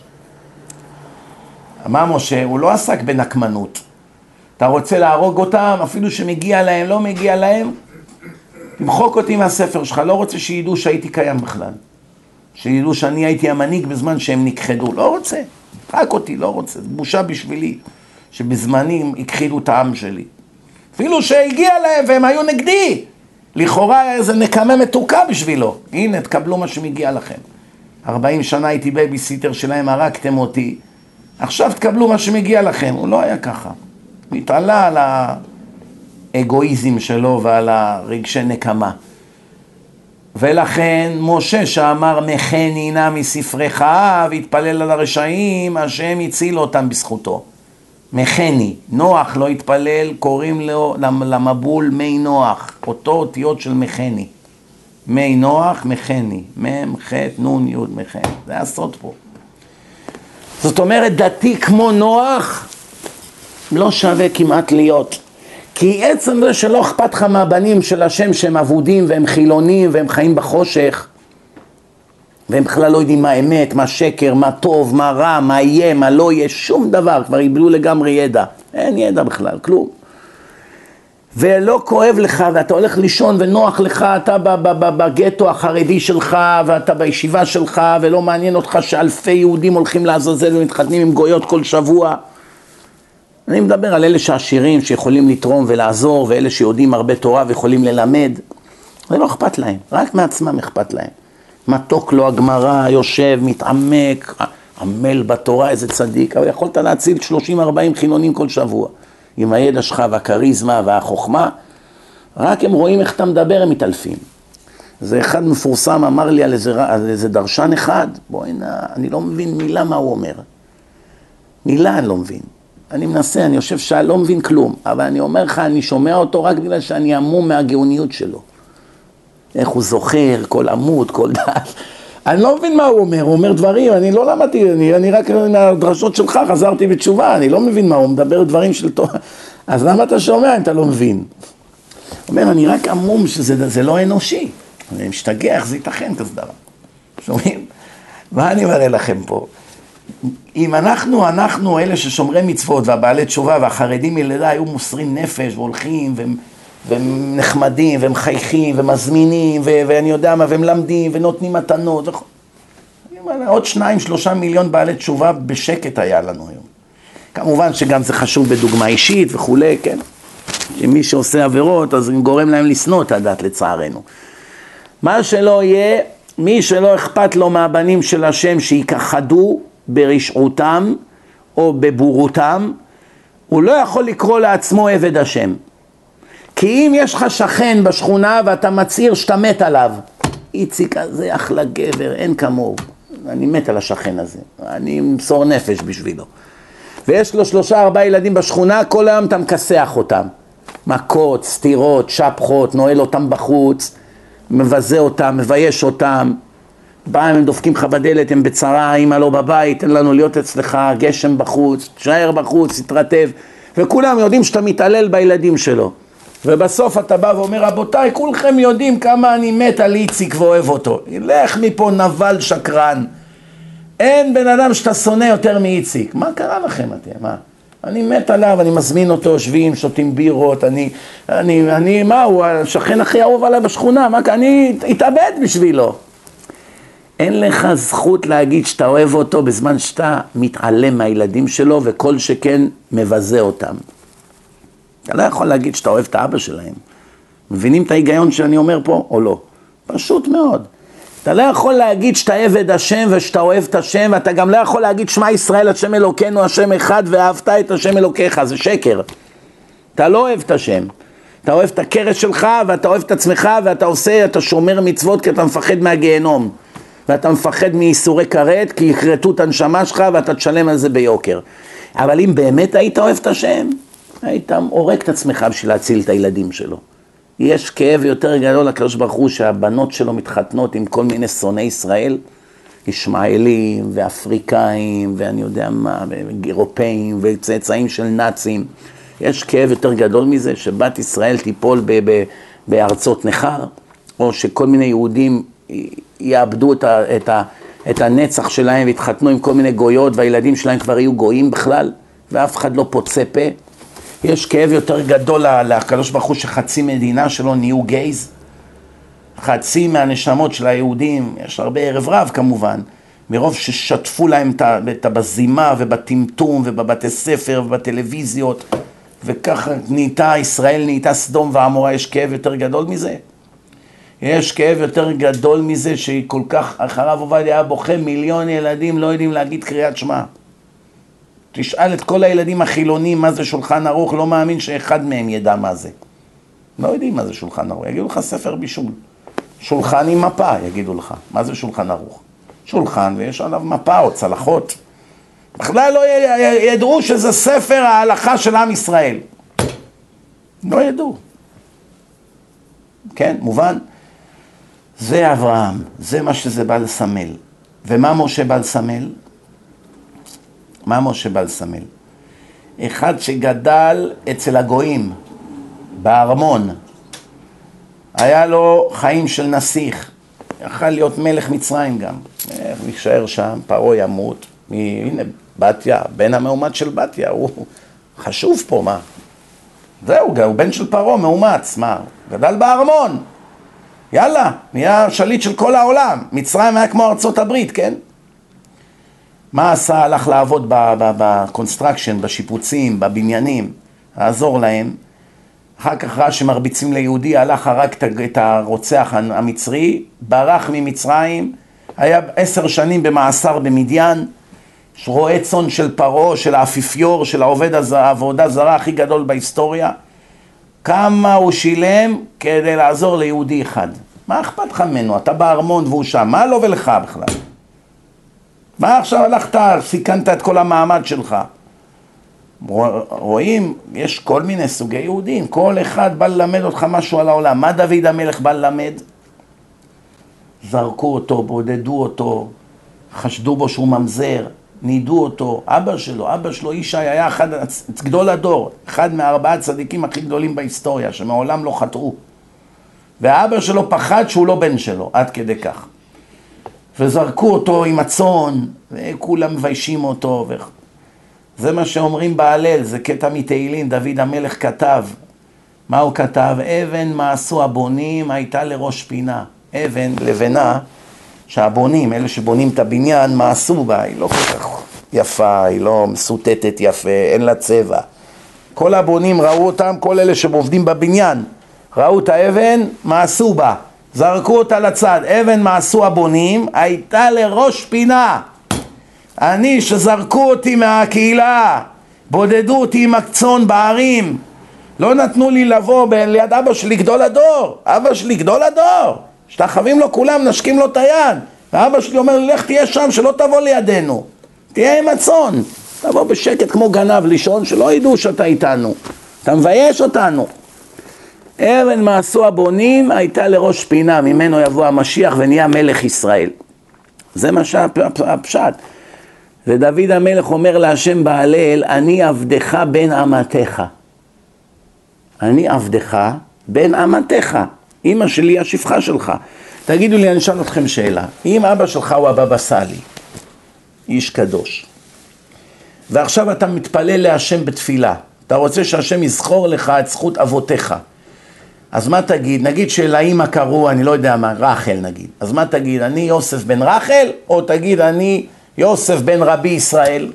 Speaker 1: מה משה? הוא לא עסק בנקמנות. אתה רוצה להרוג אותם, אפילו שמגיע להם, לא מגיע להם, תמחוק אותי מהספר שלך, לא רוצה שידעו שהייתי קיים בכלל. שידעו שאני הייתי המנהיג בזמן שהם נכחדו. לא רוצה, רק אותי, לא רוצה. זה בושה בשבילי, שבזמנים הכחידו את העם שלי. אפילו שהגיע להם והם היו נגדי. לכאורה איזה נקמה מתוקה בשבילו. הנה, תקבלו מה שמגיע לכם. ארבעים שנה הייתי בייביסיטר שלהם, הרגתם אותי. עכשיו תקבלו מה שמגיע לכם. הוא לא היה ככה. הוא התעלה על האגואיזם שלו ועל הרגשי נקמה. ולכן משה שאמר מכני נא מספרך והתפלל על הרשעים, השם הציל אותם בזכותו. מכני, נוח לא התפלל, קוראים לו למבול מי נוח, אותו אותיות של מכני. מי נוח, מכני, מם, חט, נון, יוד, מכני. זה הסוד פה. זאת אומרת, דתי כמו נוח לא שווה כמעט להיות. כי עצם זה שלא אכפת לך מהבנים של השם שהם עבודים והם חילונים והם חיים בחושך, והם בכלל לא יודעים מה אמת, מה שקר, מה טוב, מה רע, מה יהיה, מה לא יהיה, שום דבר, כבר איבדו לגמרי ידע. אין ידע בכלל, כלום. ולא כואב לך, ואתה הולך לישון ונוח לך, אתה בגטו החרדי שלך, ואתה בישיבה שלך, ולא מעניין אותך שאלפי יהודים הולכים לעזאזל ומתחתנים עם גויות כל שבוע. אני מדבר על אלה שעשירים, שיכולים לתרום ולעזור, ואלה שיודעים הרבה תורה ויכולים ללמד. זה לא אכפת להם, רק מעצמם אכפת להם. מתוק לו הגמרא, יושב, מתעמק, עמל בתורה, איזה צדיק, אבל יכולת להציל שלושים ארבעים חילונים כל שבוע. עם הידע שלך והקריזמה והחוכמה, רק הם רואים איך אתה מדבר, הם מתעלפים. זה אחד מפורסם, אמר לי על איזה, על איזה דרשן אחד, בואי נה, אני לא מבין מילה מה הוא אומר. מילה אני לא מבין. אני מנסה, אני חושב שאני לא מבין כלום, אבל אני אומר לך, אני שומע אותו רק בגלל שאני עמום מהגאוניות שלו. איך הוא זוכר, כל עמוד, כל דעת. אני לא מבין מה הוא אומר, הוא אומר דברים, אני לא למדתי, אני, אני רק מהדרשות שלך חזרתי בתשובה, אני לא מבין מה הוא מדבר, דברים של תורה. אז למה אתה שומע אם אתה לא מבין? הוא אומר, אני רק עמום שזה זה לא אנושי. אני משתגע, איך זה ייתכן כזה דבר. שומעים? מה אני מראה לכם פה? אם אנחנו, אנחנו אלה ששומרי מצוות והבעלי תשובה והחרדים מלידה היו מוסרים נפש והולכים והם, והם נחמדים והם חייכים ומזמינים ו, ואני יודע מה, והם למדים ונותנים מתנות. וכו. עוד שניים, שלושה מיליון בעלי תשובה בשקט היה לנו היום. כמובן שגם זה חשוב בדוגמה אישית וכולי, כן? שמי שעושה עבירות אז גורם להם לסנוע את הדת לצערנו. מה שלא יהיה, מי שלא אכפת לו מהבנים של השם שיקחדו ברשעותם או בבורותם, הוא לא יכול לקרוא לעצמו עבד השם. כי אם יש לך שכן בשכונה ואתה מצהיר שאתה מת עליו, איציק הזה אחלה גבר, אין כמוהו, אני מת על השכן הזה, אני מסור נפש בשבילו. ויש לו שלושה ארבעה ילדים בשכונה, כל היום אתה מכסח אותם. מכות, סתירות, שפחות, נועל אותם בחוץ, מבזה אותם, מבייש אותם. באים, הם דופקים לך בדלת, הם בצרה, אמא לא בבית, תן לנו להיות אצלך, גשם בחוץ, תשאר בחוץ, תתרטב. וכולם יודעים שאתה מתעלל בילדים שלו. ובסוף אתה בא ואומר, רבותיי, כולכם יודעים כמה אני מת על איציק ואוהב אותו. לך מפה נבל שקרן. אין בן אדם שאתה שונא יותר מאיציק. מה קרה לכם אתם? מה? אני מת עליו, אני מזמין אותו, שווים, שותים בירות, אני, אני, אני, מה הוא, השכן הכי אהוב עליי בשכונה, מה, אני אתאבד בשבילו. אין לך זכות להגיד שאתה אוהב אותו בזמן שאתה מתעלם מהילדים שלו וכל שכן מבזה אותם. אתה לא יכול להגיד שאתה אוהב את האבא שלהם. מבינים את ההיגיון שאני אומר פה או לא? פשוט מאוד. אתה לא יכול להגיד שאתה עבד השם ושאתה אוהב את השם, ואתה גם לא יכול להגיד שמע ישראל השם אלוקינו השם אחד ואהבת את השם אלוקיך, זה שקר. אתה לא אוהב את השם. אתה אוהב את הקרש שלך ואתה אוהב את עצמך ואתה עושה, אתה שומר מצוות כי אתה מפחד מהגיהנום. ואתה מפחד מייסורי כרת כי יכרתו את הנשמה שלך ואתה תשלם על זה ביוקר. אבל אם באמת היית אוהב את השם, היית הורג את עצמך בשביל להציל את הילדים שלו. יש כאב יותר גדול לקדוש ברוך הוא שהבנות שלו מתחתנות עם כל מיני שונאי ישראל, ישמעאלים ואפריקאים ואני יודע מה, ואירופאים וצאצאים של נאצים. יש כאב יותר גדול מזה שבת ישראל תיפול ב- ב- בארצות נחר, או שכל מיני יהודים יאבדו את, ה- את, ה- את הנצח שלהם והתחתנו עם כל מיני גויות והילדים שלהם כבר יהיו גויים בכלל, ואף אחד לא פוצה פה. יש כאב יותר גדול לקדוש ברוך הוא שחצי מדינה שלו נהיו גייז, חצי מהנשמות של היהודים, יש הרבה ערב רב כמובן, מרוב ששטפו להם את הבזימה ובטמטום ובבתי ספר ובטלוויזיות, וככה נהייתה, ישראל נהייתה סדום ועמורה. יש כאב יותר גדול מזה? יש כאב יותר גדול מזה שהיא כל כך, הרב עובדיה היה בוכה, מיליון ילדים לא יודעים להגיד קריאת שמע. תשאל את כל הילדים החילונים מה זה שולחן ערוך, לא מאמין שאחד מהם ידע מה זה. לא יודעים מה זה שולחן ערוך, יגידו לך ספר בישול. שולחן עם מפה, יגידו לך. מה זה שולחן ערוך? שולחן ויש עליו מפה או צלחות. בכלל לא ידעו שזה ספר ההלכה של עם ישראל. לא ידעו. כן, מובן? זה אברהם, זה מה שזה בא לסמל. ומה משה בא לסמל? מה משה בא לסמל? אחד שגדל אצל הגויים, בארמון. היה לו חיים של נסיך. יכל להיות מלך מצרים גם. איך נשאר שם, פרעה ימות. הנה, בתיה, בן המאומץ של בתיה, הוא חשוב פה, מה? זהו, הוא בן של פרעה, מאומץ, מה? גדל בארמון. יאללה, נהיה שליט של כל העולם. מצרים היה כמו ארצות הברית, כן? מה עשה? הלך לעבוד בקונסטרקשן, בשיפוצים, בבניינים, לעזור להם. אחר כך ראה שמרביצים ליהודי, הלך הרג את הרוצח המצרי, ברח ממצרים, היה עשר שנים במאסר במדיין, רועה צאן של פרעה, של האפיפיור, של העובד העבודה זרה הכי גדול בהיסטוריה. כמה הוא שילם כדי לעזור ליהודי אחד. מה אכפת לך ממנו? אתה בארמון והוא שם, מה לא ולך בכלל? מה עכשיו הלכת, סיכנת את כל המעמד שלך? רואים, יש כל מיני סוגי יהודים, כל אחד בא ללמד אותך משהו על העולם. מה דוד המלך בא ללמד? זרקו אותו, בודדו אותו, חשדו בו שהוא ממזר, נידו אותו. אבא שלו, אבא שלו ישי היה אחד, גדול הדור, אחד מהארבעה צדיקים הכי גדולים בהיסטוריה, שמעולם לא חטאו. והאבא שלו פחד שהוא לא בן שלו, עד כדי כך. וזרקו אותו עם הצאן, וכולם מביישים אותו. ו... זה מה שאומרים בהלל, זה קטע מתהילים, דוד המלך כתב. מה הוא כתב? אבן מעשו הבונים הייתה לראש פינה. אבן, לבנה, שהבונים, אלה שבונים את הבניין, מעשו בה, היא לא כל כך יפה, היא לא מסוטטת יפה, אין לה צבע. כל הבונים ראו אותם, כל אלה שעובדים בבניין, ראו את האבן, מעשו בה. זרקו אותה לצד, אבן מעשו הבונים, הייתה לראש פינה. אני שזרקו אותי מהקהילה, בודדו אותי עם הקצון בערים, לא נתנו לי לבוא ליד אבא שלי גדול הדור, אבא שלי גדול הדור, שתחווים לו כולם, נשקים לו את היד, ואבא שלי אומר לי, לך תהיה שם, שלא תבוא לידינו, תהיה עם הצאן, תבוא בשקט כמו גנב לישון, שלא ידעו שאתה איתנו, אתה מבייש אותנו. אבן מעשו הבונים הייתה לראש פינה, ממנו יבוא המשיח ונהיה מלך ישראל. זה מה שהפשט. ודוד המלך אומר להשם בהלל, אני עבדך בן אמתך. אני עבדך בן אמתך. אמא שלי השפחה שלך. תגידו לי, אני אשאל אתכם שאלה. אם אבא שלך הוא הבבא סאלי, איש קדוש, ועכשיו אתה מתפלל להשם בתפילה, אתה רוצה שהשם יזכור לך את זכות אבותיך, אז מה תגיד? נגיד שלאמא קראו, אני לא יודע מה, רחל נגיד. אז מה תגיד? אני יוסף בן רחל, או תגיד אני יוסף בן רבי ישראל?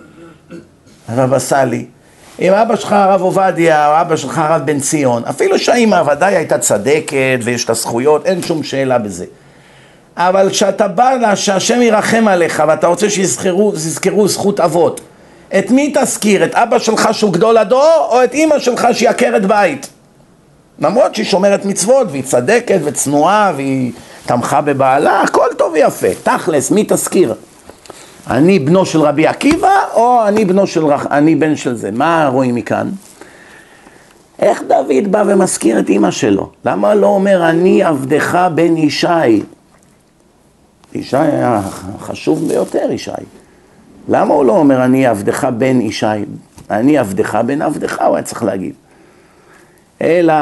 Speaker 1: הבבא סאלי. אם אבא שלך הרב עובדיה, או אבא שלך הרב בן ציון, אפילו שהאמא ודאי הייתה צדקת ויש לה זכויות, אין שום שאלה בזה. אבל כשאתה בא לה שהשם ירחם עליך ואתה רוצה שיזכרו, שיזכרו זכות אבות, את מי תזכיר? את אבא שלך שהוא גדול הדור, או את אמא שלך שהיא עקרת בית? למרות שהיא שומרת מצוות והיא צדקת וצנועה והיא תמכה בבעלה, הכל טוב ויפה. תכלס, מי תזכיר? אני בנו של רבי עקיבא, או אני בנו של רח... אני בן של זה? מה רואים מכאן? איך דוד בא ומזכיר את אמא שלו? למה לא אומר אני עבדך בן ישי? ישי היה חשוב ביותר, ישי. למה הוא לא אומר אני עבדך בן ישי? אני עבדך בן עבדך, הוא היה צריך להגיד. אלא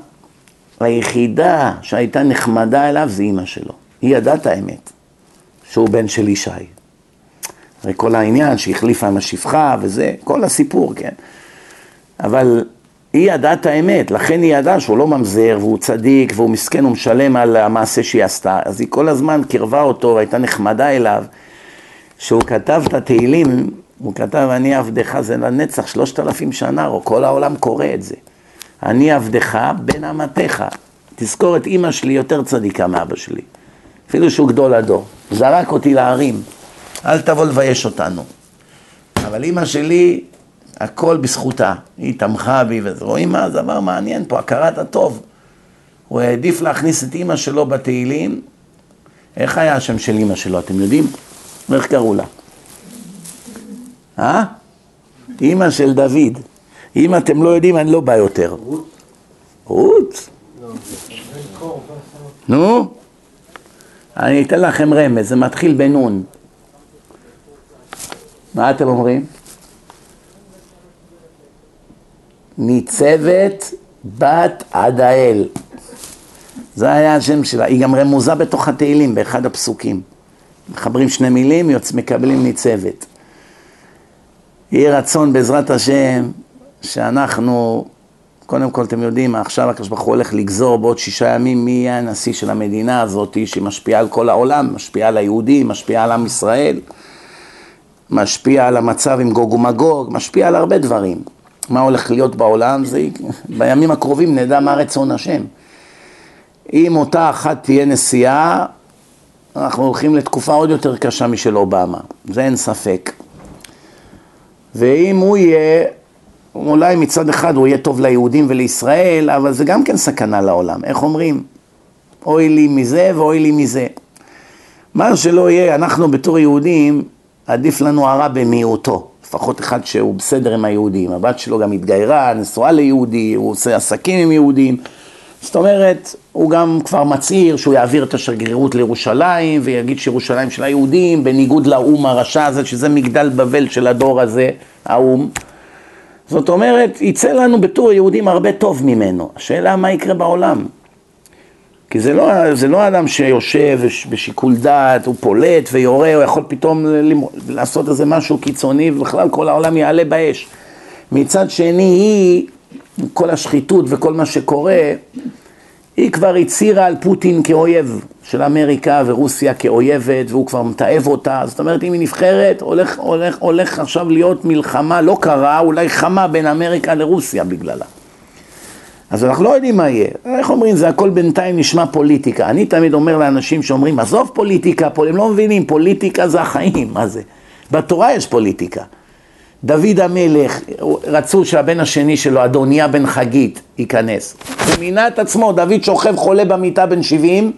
Speaker 1: היחידה שהייתה נחמדה אליו זה אמא שלו. היא ידעה את האמת, שהוא בן של ישי. וכל העניין שהחליפה עם השפחה וזה, כל הסיפור, כן. אבל היא ידעה את האמת, לכן היא ידעה שהוא לא ממזר והוא צדיק והוא מסכן ומשלם על המעשה שהיא עשתה. אז היא כל הזמן קרבה אותו והייתה נחמדה אליו. שהוא כתב את התהילים, הוא כתב אני עבדך זה לנצח שלושת אלפים שנה, או כל העולם קורא את זה. אני עבדך בן אמתך. תזכור את אמא שלי יותר צדיקה מאבא שלי. אפילו שהוא גדול הדור. זרק אותי להרים. אל תבוא לבייש אותנו. אבל אמא שלי, הכל בזכותה. היא תמכה בי וזה. רואים מה? זה דבר מעניין פה, הכרת הטוב. הוא העדיף להכניס את אמא שלו בתהילים. איך היה השם של אמא שלו? אתם יודעים? איך קראו לה? אה? אמא של דוד. אם אתם לא יודעים, אני לא בא יותר. רות? רות? נו? אני אתן לכם רמז, זה מתחיל בנון. מה אתם אומרים? ניצבת בת עדאל. זה היה השם שלה. היא גם רמוזה בתוך התהילים, באחד הפסוקים. מחברים שני מילים, יוצא, מקבלים ניצבת. יהיה רצון בעזרת השם, שאנחנו, קודם כל אתם יודעים, עכשיו הקדוש ברוך הוא הולך לגזור בעוד שישה ימים מי יהיה הנשיא של המדינה הזאת, שמשפיעה על כל העולם, משפיעה על היהודים, משפיעה על עם ישראל, משפיעה על המצב עם גוג ומגוג, משפיעה על הרבה דברים. מה הולך להיות בעולם, זה בימים הקרובים נדע מה רצון השם. אם אותה אחת תהיה נשיאה, אנחנו הולכים לתקופה עוד יותר קשה משל אובמה, זה אין ספק. ואם הוא יהיה, אולי מצד אחד הוא יהיה טוב ליהודים ולישראל, אבל זה גם כן סכנה לעולם. איך אומרים? אוי לי מזה ואוי לי מזה. מה שלא יהיה, אנחנו בתור יהודים, עדיף לנו הרע במיעוטו. לפחות אחד שהוא בסדר עם היהודים. הבת שלו גם התגיירה, נשואה ליהודי, הוא עושה עסקים עם יהודים. זאת אומרת, הוא גם כבר מצעיר שהוא יעביר את השגרירות לירושלים, ויגיד שירושלים של היהודים, בניגוד לאום הרשע הזה, שזה מגדל בבל של הדור הזה, האום. זאת אומרת, יצא לנו בתור יהודים הרבה טוב ממנו. השאלה מה יקרה בעולם. כי זה לא, זה לא אדם שיושב בשיקול דעת, הוא פולט ויורה, הוא יכול פתאום לעשות איזה משהו קיצוני, ובכלל כל העולם יעלה באש. מצד שני, היא, כל השחיתות וכל מה שקורה, היא כבר הצירה על פוטין כאויב של אמריקה ורוסיה כאויבת, והוא כבר מתאהב אותה. זאת אומרת, אם היא נבחרת, הולך, הולך, הולך עכשיו להיות מלחמה לא קרה, אולי חמה בין אמריקה לרוסיה בגללה. אז אנחנו לא יודעים מה יהיה. איך אומרים? זה הכל בינתיים נשמע פוליטיקה. אני תמיד אומר לאנשים שאומרים, עזוב פוליטיקה, הם לא מבינים, פוליטיקה זה החיים, מה זה? בתורה יש פוליטיקה. דוד המלך, רצו שהבן השני שלו, אדוניה בן חגית, ייכנס. הוא מינה את עצמו, דוד שוכב חולה במיטה בן שבעים,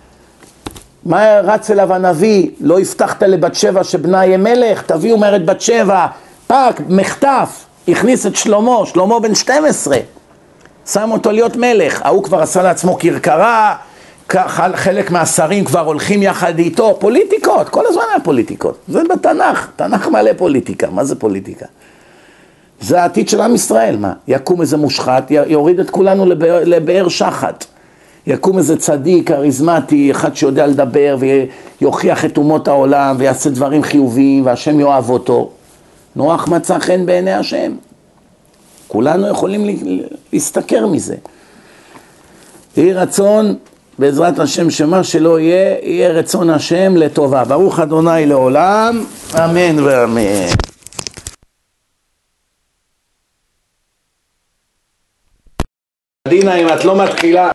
Speaker 1: מה רץ אליו הנביא? לא הבטחת לבת שבע שבנה יהיה מלך, תביאו מרד בת שבע, פק, מחטף, הכניס את שלמה, שלמה בן שתים עשרה, שם אותו להיות מלך, ההוא כבר עשה לעצמו כרכרה, חלק מהשרים כבר הולכים יחד איתו, פוליטיקות, כל הזמן היה פוליטיקות, זה בתנ"ך, תנ"ך מלא פוליטיקה, מה זה פוליטיקה? זה העתיד של עם ישראל, מה? יקום איזה מושחת, יוריד את כולנו לבאר, לבאר שחת, יקום איזה צדיק, כריזמטי, אחד שיודע לדבר ויוכיח את אומות העולם ויעשה דברים חיוביים והשם יאהב אותו, נוח מצא חן בעיני השם, כולנו יכולים להסתכר מזה. יהי רצון בעזרת השם שמה שלא יהיה, יהיה רצון השם לטובה. ברוך אדוני לעולם, אמן ואמן. דינה, אם את לא מתחילה